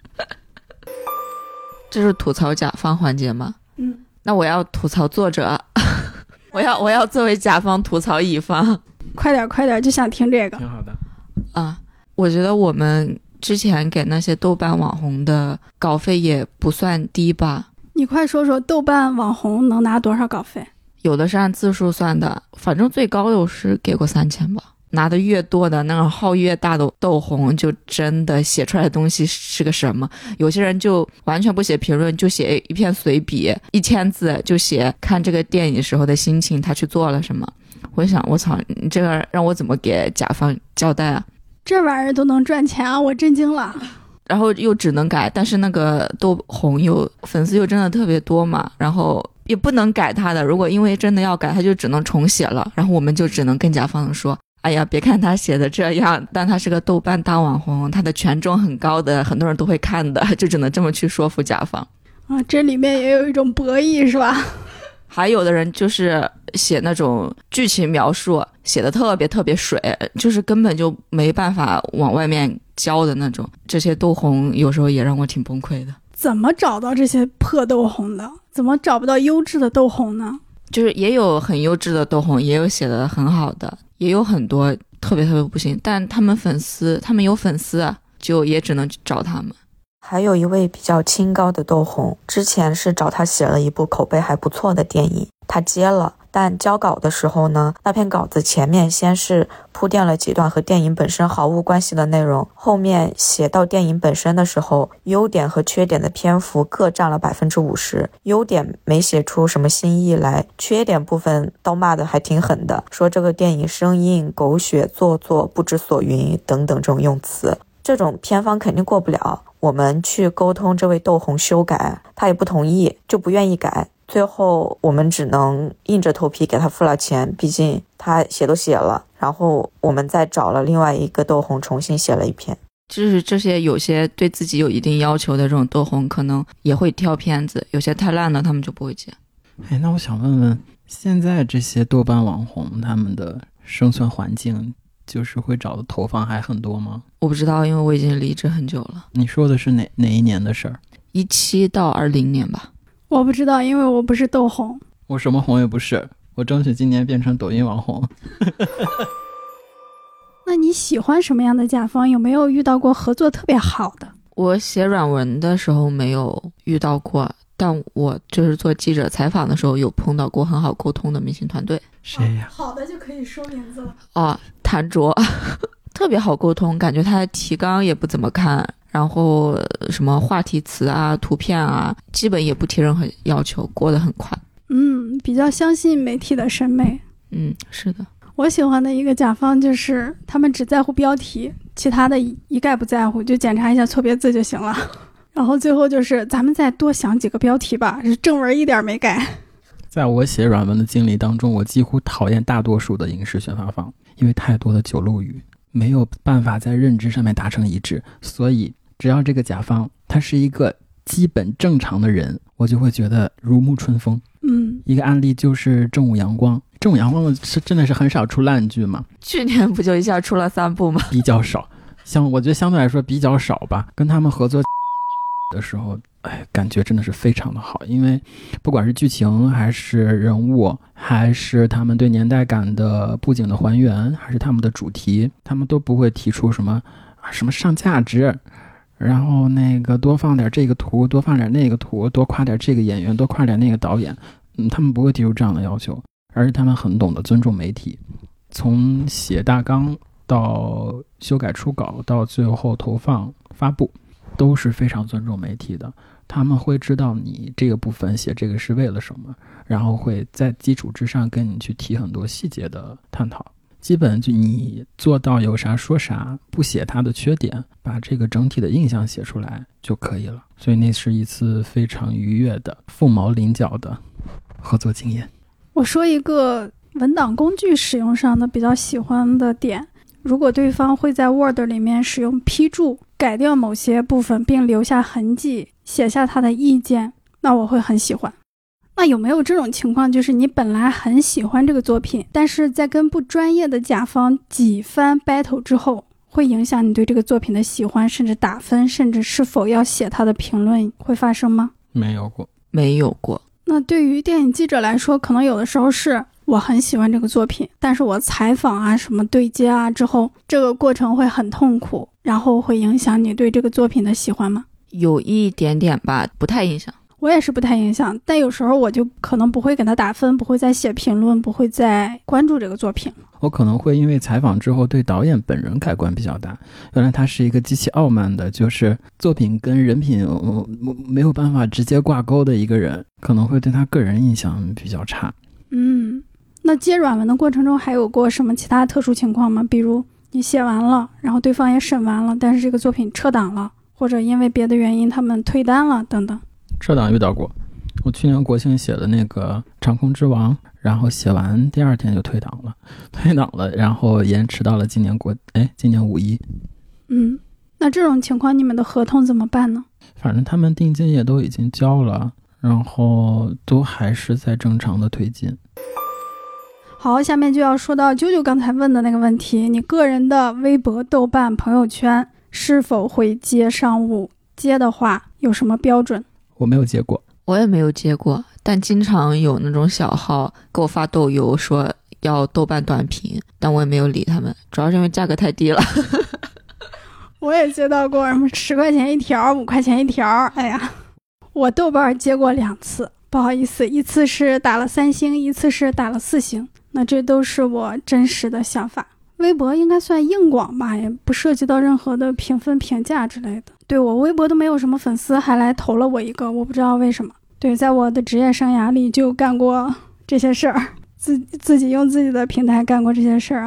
这是吐槽甲方环节吗？ 嗯， 那我要吐槽作者。我要我要作为甲方吐槽乙方。 快点快点，就想听这个。 挺好的啊，我觉得我们之前给那些豆瓣网红的稿费也不算低吧。 你快说说豆瓣网红能拿多少稿费？ 有的是按字数算的，反正最高的我是给过三千吧。拿的越多的那种号越大的豆红，就真的写出来的东西是个什么。有些人就完全不写评论，就写一篇随笔，一千字就写看这个电影时候的心情，他去做了什么。我就想，我操，你这个让我怎么给甲方交代啊？ 这玩意儿都能赚钱啊，我震惊了。 然后又只能改，但是那个豆红又粉丝又真的特别多嘛，然后也不能改他的，如果因为真的要改，他就只能重写了，然后我们就只能跟甲方说，哎呀，别看他写的这样，但他是个豆瓣大网红，他的权重很高的，很多人都会看的，就只能这么去说服甲方啊。这里面也有一种博弈是吧？ 还有的人就是写那种剧情描述写的特别特别水，就是根本就没办法往外面交的那种，这些豆红有时候也让我挺崩溃的。 怎么找到这些破豆红的？怎么找不到优质的豆红呢？ 就是也有很优质的豆红，也有写的很好的，也有很多特别特别不行，但他们粉丝他们有粉丝啊，就也只能找他们。 还有一位比较清高的豆红，之前是找他写了一部口碑还不错的电影，他接了，但交稿的时候呢，那篇稿子前面先是铺垫了几段和电影本身毫无关系的内容，后面写到电影本身的时候，优点和缺点的篇幅各占了百分之五十，优点没写出什么新意来，缺点部分倒骂的还挺狠的，说这个电影生硬、狗血、做作、不知所云等等这种用词。 这种偏方肯定过不了。我们去沟通这位豆红修改，他也不同意，就不愿意改。最后我们只能硬着头皮给他付了钱，毕竟他写都写了，然后我们再找了另外一个豆红重新写了一篇。 就是这些有些对自己有一定要求的这种豆红可能也会挑片子，有些太烂的他们就不会接。 哎，那我想问问，现在这些豆瓣网红他们的生存环境就是会找的投放还很多吗？ 我不知道，因为我已经离职很久了。 你说的是哪哪一年的事儿？ 一七到二零年吧。 我不知道，因为我不是豆红。 我什么红也不是，我争取今年变成抖音网红。 那你喜欢什么样的甲方？有没有遇到过合作特别好的？ 我写软文的时候没有遇到过，但我就是做记者采访的时候有碰到过很好沟通的明星团队。 谁呀？ 好的就可以说名字了。 哦，谭卓特别好沟通，感觉他的提纲也不怎么看，然后什么话题词啊、图片啊，基本也不提任何要求，过得很快。 嗯，比较相信媒体的审美。 嗯，是的。 我喜欢的一个甲方就是他们只在乎标题，其他的一概不在乎，就检查一下错别字就行了。然后最后就是咱们再多想几个标题吧，正文一点没改。 在我写软文的经历当中，我几乎讨厌大多数的影视选发方，因为太多的九路语，没有办法在认知上面达成一致，所以只要这个甲方他是一个基本正常的人，我就会觉得如沐春风。 嗯， 一个案例就是正午阳光，正午阳光是真的是很少出烂剧嘛， 去年不就一下出了三部吗？ 比较少，像我觉得相对来说比较少吧。跟他们合作的时候，哎，感觉真的是非常的好，因为不管是剧情还是人物，还是他们对年代感的布景的还原，还是他们的主题，他们都不会提出什么啊什么上价值，然后那个多放点这个图，多放点那个图，多夸点这个演员，多夸点那个导演，嗯，他们不会提出这样的要求，而是他们很懂得尊重媒体，从写大纲到修改初稿到最后投放发布，都是非常尊重媒体的。他们会知道你这个部分写这个是为了什么，然后会在基础之上跟你去提很多细节的探讨。基本就你做到有啥说啥，不写它的缺点，把这个整体的印象写出来就可以了。所以那是一次非常愉悦的凤毛麟角的合作经验。 我说一个文档工具使用上的比较喜欢的点，如果对方会在 Word 里面使用批注改掉某些部分并留下痕迹，写下他的意见，那我会很喜欢。那有没有这种情况，就是你本来很喜欢这个作品，但是在跟不专业的甲方几番 battle 之后，会影响你对这个作品的喜欢，甚至打分，甚至是否要写他的评论，会发生吗？ 没有过。 没有过。 那对于电影记者来说，可能有的时候是我很喜欢这个作品，但是我采访啊什么对接啊之后，这个过程会很痛苦，然后会影响你对这个作品的喜欢吗？ 有一点点吧，不太影响。 我也是不太影响，但有时候我就可能不会给他打分，不会再写评论，不会再关注这个作品。 我可能会因为采访之后对导演本人改观比较大，原来他是一个极其傲慢的，就是作品跟人品、呃、没有办法直接挂钩的一个人，可能会对他个人印象比较差。 嗯，那接软文的过程中还有过什么其他特殊情况吗？比如你写完了，然后对方也审完了，但是这个作品撤档了，或者因为别的原因他们退单了等等。 撤档遇到过，我去年国庆写的那个长空之王，然后写完第二天就退档了，退档了，然后延迟到了今年国哎，今年五一。 嗯，那这种情况你们的合同怎么办呢？ 反正他们定金也都已经交了，然后都还是在正常的推进。 好，下面就要说到啾啾刚才问的那个问题，你个人的微博、豆瓣、朋友圈是否会接商务？接的话有什么标准？ 我没有接过。 我也没有接过，但经常有那种小号给我发豆邮说要豆瓣短评，但我也没有理他们，主要是因为价格太低了。 我也接到过什么十块钱一条，五块钱一条，哎呀，我豆瓣接过两次，不好意思，一次是打了三星，一次是打了四星，那这都是我真实的想法。微博应该算硬广吧，也不涉及到任何的评分评价之类的。对，我微博都没有什么粉丝，还来投了我一个，我不知道为什么。对，在我的职业生涯里就干过这些事儿，自自己用自己的平台干过这些事儿啊。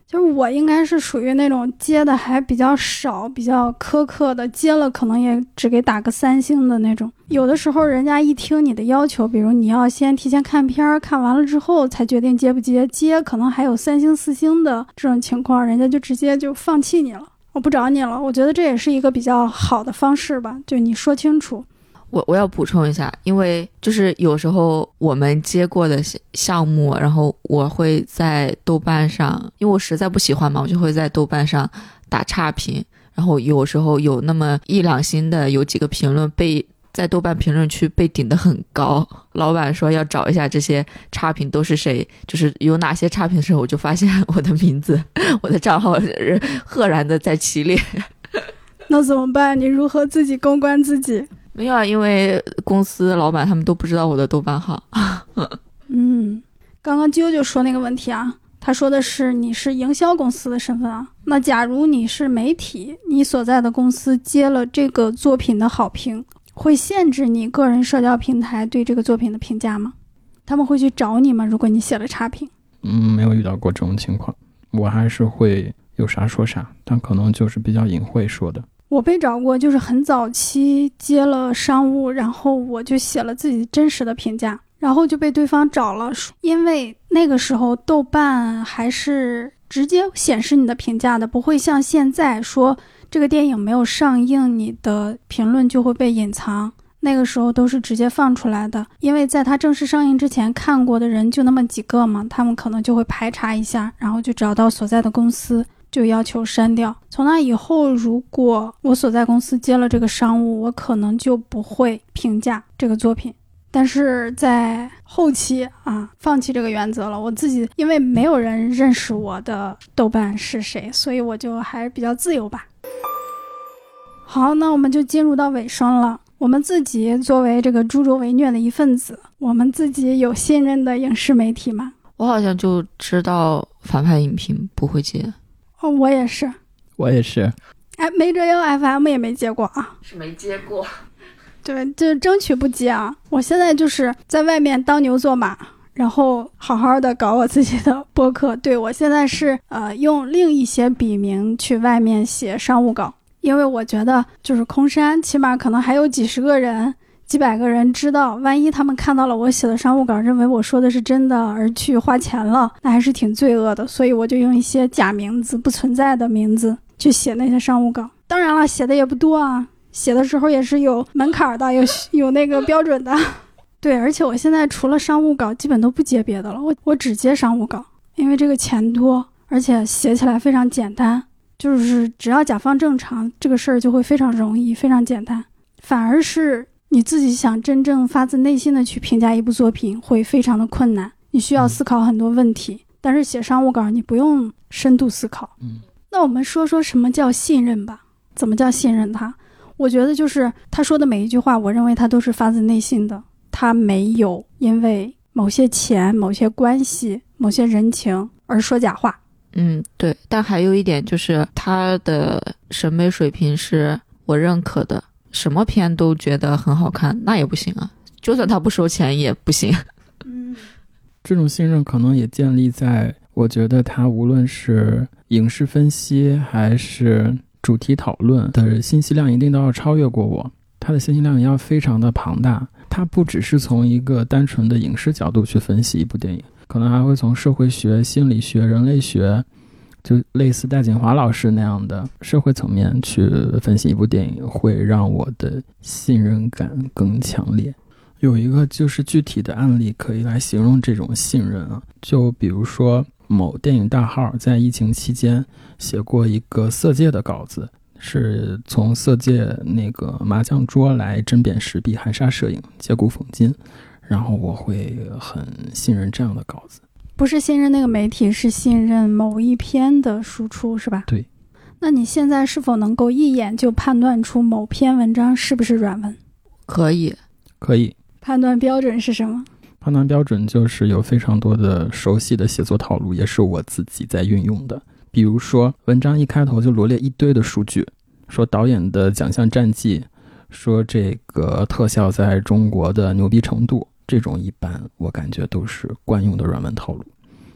就是我应该是属于那种接的还比较少比较苛刻的，接了可能也只给打个三星的那种。有的时候人家一听你的要求，比如你要先提前看片，看完了之后才决定接不接，接可能还有三星四星的这种情况，人家就直接就放弃你了，我不找你了。我觉得这也是一个比较好的方式吧，就你说清楚。 我我要补充一下，因为就是有时候我们接过的项目，然后我会在豆瓣上，因为我实在不喜欢嘛，我就会在豆瓣上打差评，然后有时候有那么一两星的，有几个评论被在豆瓣评论区被顶得很高，老板说要找一下这些差评都是谁，就是有哪些差评的时候，我就发现我的名字我的账号是赫然的在其列。 那怎么办？你如何自己公关自己？ 没有啊，因为公司老板他们都不知道我的豆瓣号。 嗯，刚刚啾啾说那个问题啊，他说的是你是营销公司的身份啊，那假如你是媒体，你所在的公司接了这个作品的好评，会限制你个人社交平台对这个作品的评价吗？他们会去找你吗？如果你写了差评？ 嗯，没有遇到过这种情况，我还是会有啥说啥，但可能就是比较隐晦说的。 我被找过，就是很早期接了商务，然后我就写了自己真实的评价，然后就被对方找了，因为那个时候豆瓣还是直接显示你的评价的，不会像现在说这个电影没有上映，你的评论就会被隐藏。那个时候都是直接放出来的，因为在它正式上映之前看过的人就那么几个嘛，他们可能就会排查一下，然后就找到所在的公司，就要求删掉。从那以后，如果我所在公司接了这个商务，我可能就不会评价这个作品。但是在后期啊，放弃这个原则了。我自己因为没有人认识我的豆瓣是谁，所以我就还比较自由吧。好，那我们就进入到尾声了。我们自己作为这个助纣为虐的一份子，我们自己有信任的影视媒体吗？ 我好像就知道反派影评不会接。 哦，我也是， 我也是。 哎，没这样 F M 也没接过啊， 是没接过。 对，就争取不接啊。我现在就是在外面当牛做马，然后好好的搞我自己的播客。对，我现在是呃用另一些笔名去外面写商务稿，因为我觉得就是空山起码可能还有几十个人几百个人知道，万一他们看到了我写的商务稿，认为我说的是真的而去花钱了，那还是挺罪恶的。所以我就用一些假名字，不存在的名字去写那些商务稿。当然了，写的也不多啊，写的时候也是有门槛的，有有那个标准的。对，而且我现在除了商务稿基本都不接别的了，我我只接商务稿，因为这个钱多，而且写起来非常简单，就是只要甲方正常，这个事儿就会非常容易，非常简单。反而是你自己想真正发自内心的去评价一部作品会非常的困难，你需要思考很多问题。但是写商务稿你不用深度思考。 嗯， 那我们说说什么叫信任吧。怎么叫信任他？我觉得就是他说的每一句话，我认为他都是发自内心的，他没有因为某些钱、某些关系、某些人情而说假话。 嗯，对。但还有一点就是他的审美水平是我认可的，什么片都觉得很好看，那也不行啊，就算他不收钱也不行。 嗯， 这种信任可能也建立在我觉得他无论是影视分析还是主题讨论的信息量一定都要超越过我，他的信息量也要非常的庞大。他不只是从一个单纯的影视角度去分析一部电影，可能还会从社会学、心理学、人类学，就类似戴锦华老师那样的社会层面去分析一部电影，会让我的信任感更强烈。有一个就是具体的案例可以来形容这种信任啊，就比如说某电影大号在疫情期间写过一个色戒的稿子，是从色戒那个麻将桌来针砭时弊、含沙射影、借古讽今，然后我会很信任这样的稿子。 不是信任那个媒体，是信任某一篇的输出，是吧？ 对。 那你现在是否能够一眼就判断出某篇文章是不是软文？ 可以。 可以。 判断标准是什么？ 判断标准就是有非常多的熟悉的写作套路，也是我自己在运用的。比如说文章一开头就罗列一堆的数据，说导演的奖项战绩，说这个特效在中国的牛逼程度，这种一般我感觉都是惯用的软文套路。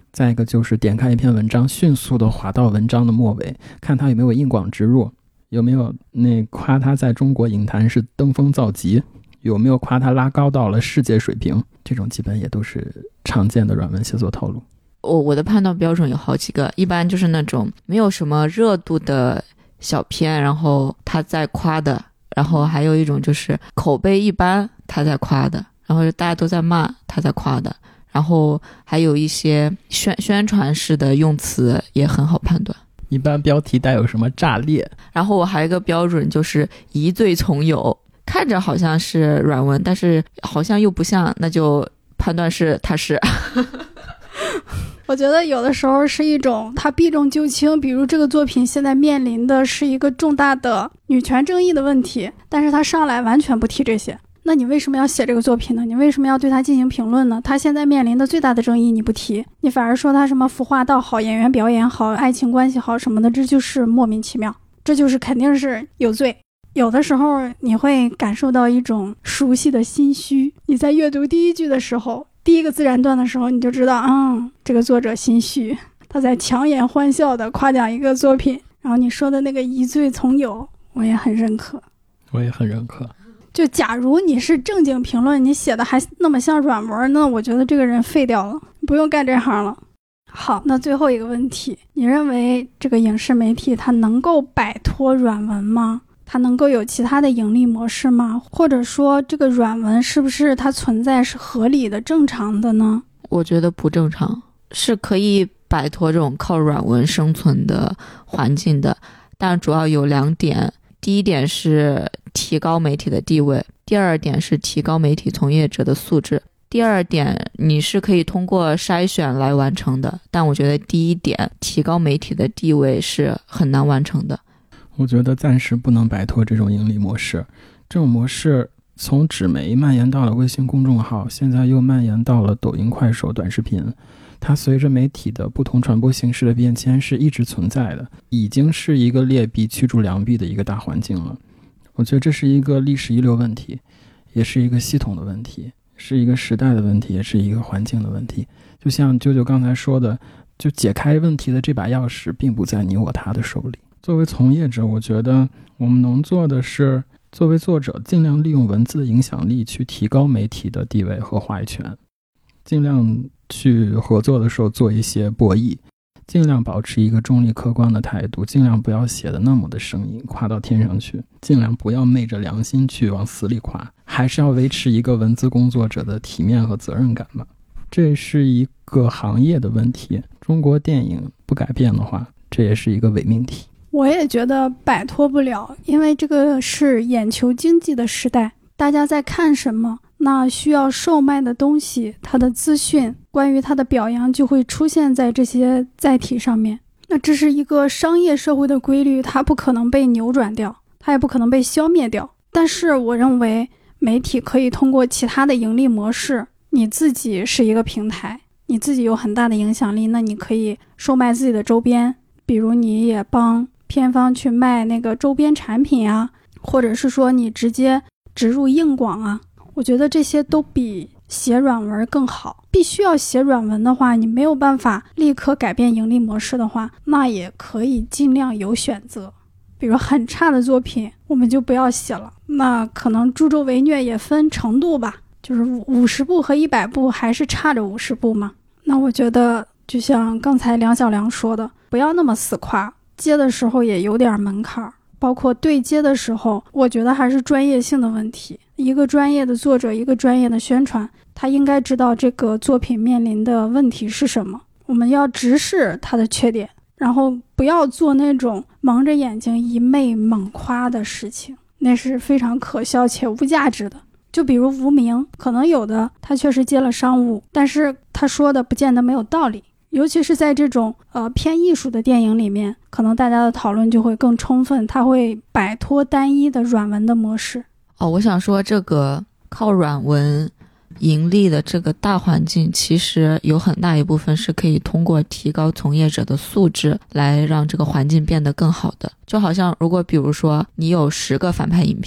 再一个就是点开一篇文章，迅速的滑到文章的末尾，看它有没有硬广植入，有没有那夸他在中国影坛是登峰造极，有没有夸他拉高到了世界水平，这种基本也都是常见的软文写作套路。 我我的判断标准有好几个，一般就是那种没有什么热度的小篇，然后他在夸的，然后还有一种就是口碑一般他在夸的，然后大家都在骂他在夸的，然后还有一些宣宣传式的用词也很好判断， 一般标题带有什么炸裂。 然后我还有一个标准就是疑罪从有，看着好像是软文但是好像又不像，那就判断是它是我觉得有的时候是一种他避重就轻，比如这个作品现在面临的是一个重大的女权争议的问题，但是他上来完全不提这些，那你为什么要写这个作品呢？你为什么要对他进行评论呢？他现在面临的最大的争议你不提，你反而说他什么服化道好，演员表演好，爱情关系好什么的，这就是莫名其妙，这就是肯定是有罪。有的时候你会感受到一种熟悉的心虚，你在阅读第一句的时候，第一个自然段的时候，你就知道嗯，这个作者心虚，他在强颜欢笑的夸奖一个作品。然后你说的那个疑罪从有我也很认可， 我也很认可。 就假如你是正经评论，你写的还那么像软文，那我觉得这个人废掉了，不用干这行了。好，那最后一个问题，你认为这个影视媒体它能够摆脱软文吗？它能够有其他的盈利模式吗？或者说这个软文是不是它存在是合理的正常的呢？ 我觉得不正常，是可以摆脱这种靠软文生存的环境的，但主要有两点。第一点是提高媒体的地位，第二点是提高媒体从业者的素质。第二点你是可以通过筛选来完成的，但我觉得第一点提高媒体的地位是很难完成的。 我觉得暂时不能摆脱这种盈利模式，这种模式从纸媒蔓延到了微信公众号，现在又蔓延到了抖音、快手、短视频。它随着媒体的不同传播形式的变迁是一直存在的，已经是一个劣币驱逐良币的一个大环境了。我觉得这是一个历史遗留问题，也是一个系统的问题，是一个时代的问题，也是一个环境的问题。就像啾啾刚才说的，就解开问题的这把钥匙并不在你我他的手里。作为从业者，我觉得我们能做的是，作为作者尽量利用文字的影响力去提高媒体的地位和话语权，尽量去合作的时候做一些博弈，尽量保持一个中立客观的态度，尽量不要写的那么的生硬，夸到天上去，尽量不要昧着良心去往死里夸，还是要维持一个文字工作者的体面和责任感吧。这是一个行业的问题，中国电影不改变的话，这也是一个伪命题。 我也觉得摆脱不了，因为这个是眼球经济的时代，大家在看什么，那需要售卖的东西，它的资讯，关于它的表扬就会出现在这些载体上面。那这是一个商业社会的规律，它不可能被扭转掉，它也不可能被消灭掉。但是我认为媒体可以通过其他的盈利模式，你自己是一个平台，你自己有很大的影响力，那你可以售卖自己的周边，比如你也帮片方去卖那个周边产品啊，或者是说你直接植入硬广啊，我觉得这些都比写软文更好。必须要写软文的话，你没有办法立刻改变盈利模式的话，那也可以尽量有选择。比如很差的作品我们就不要写了，那可能助纣为虐也分程度吧，就是五十部和一百部还是差着五十部嘛。那我觉得就像刚才梁小良说的，不要那么死夸，接的时候也有点门槛，包括对接的时候，我觉得还是专业性的问题。一个专业的作者，一个专业的宣传，他应该知道这个作品面临的问题是什么，我们要直视他的缺点，然后不要做那种蒙着眼睛一昧猛夸的事情，那是非常可笑且无价值的。就比如无名，可能有的他确实接了商务，但是他说的不见得没有道理，尤其是在这种呃偏艺术的电影里面，可能大家的讨论就会更充分，它会摆脱单一的软文的模式。 哦，我想说这个靠软文盈利的这个大环境，其实有很大一部分是可以通过提高从业者的素质来让这个环境变得更好的。就好像如果比如说你有十个反派影评，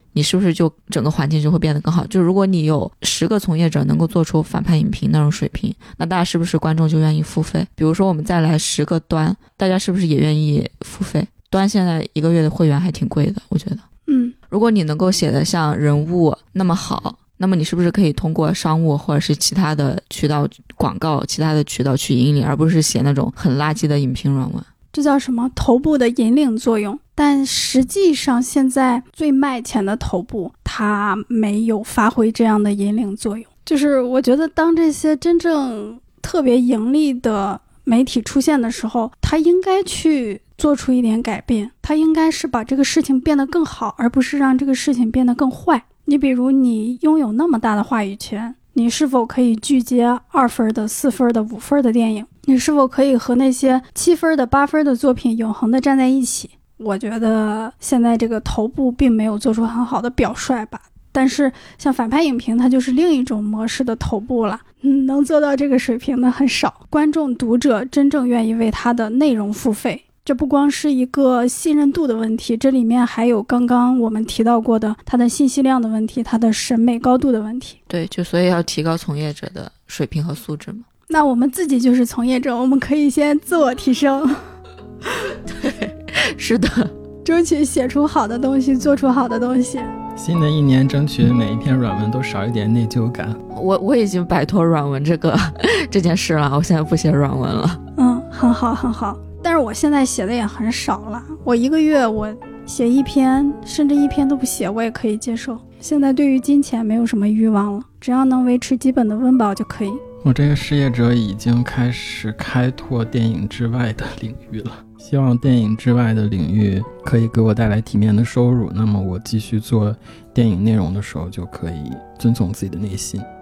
你是不是就整个环境就会变得更好？就如果你有十个从业者能够做出反派影评那种水平，那大家是不是观众就愿意付费？比如说我们再来十个端，大家是不是也愿意付费？端现在一个月的会员还挺贵的，我觉得。 嗯， 如果你能够写得像人物那么好，那么你是不是可以通过商务或者是其他的渠道广告，其他的渠道去引领，而不是写那种很垃圾的影评软文？ 这叫什么？头部的引领作用。但实际上现在最卖钱的头部它没有发挥这样的引领作用。就是我觉得当这些真正特别盈利的媒体出现的时候，它应该去做出一点改变，它应该是把这个事情变得更好，而不是让这个事情变得更坏。你比如你拥有那么大的话语权，你是否可以拒接二分的、四分的、五分的电影？你是否可以和那些七分的、八分的作品永恒的站在一起？我觉得现在这个头部并没有做出很好的表率吧。但是像反派影评，它就是另一种模式的头部了，嗯，能做到这个水平的很少。观众读者真正愿意为它的内容付费，这不光是一个信任度的问题，这里面还有刚刚我们提到过的它的信息量的问题，它的审美高度的问题。 对，就所以要提高从业者的水平和素质嘛。 那我们自己就是从业者，我们可以先自我提升。 对，是的， 争取写出好的东西，做出好的东西。 新的一年争取每一篇软文都少一点内疚感。 我我已经摆脱软文这个这件事了，我现在不写软文了。 嗯，很好很好。但是我现在写的也很少了，我一个月我写一篇，甚至一篇都不写我也可以接受。现在对于金钱没有什么欲望了，只要能维持基本的温饱就可以。 我这个失业者已经开始开拓电影之外的领域了，希望电影之外的领域可以给我带来体面的收入，那么我继续做电影内容的时候就可以遵从自己的内心。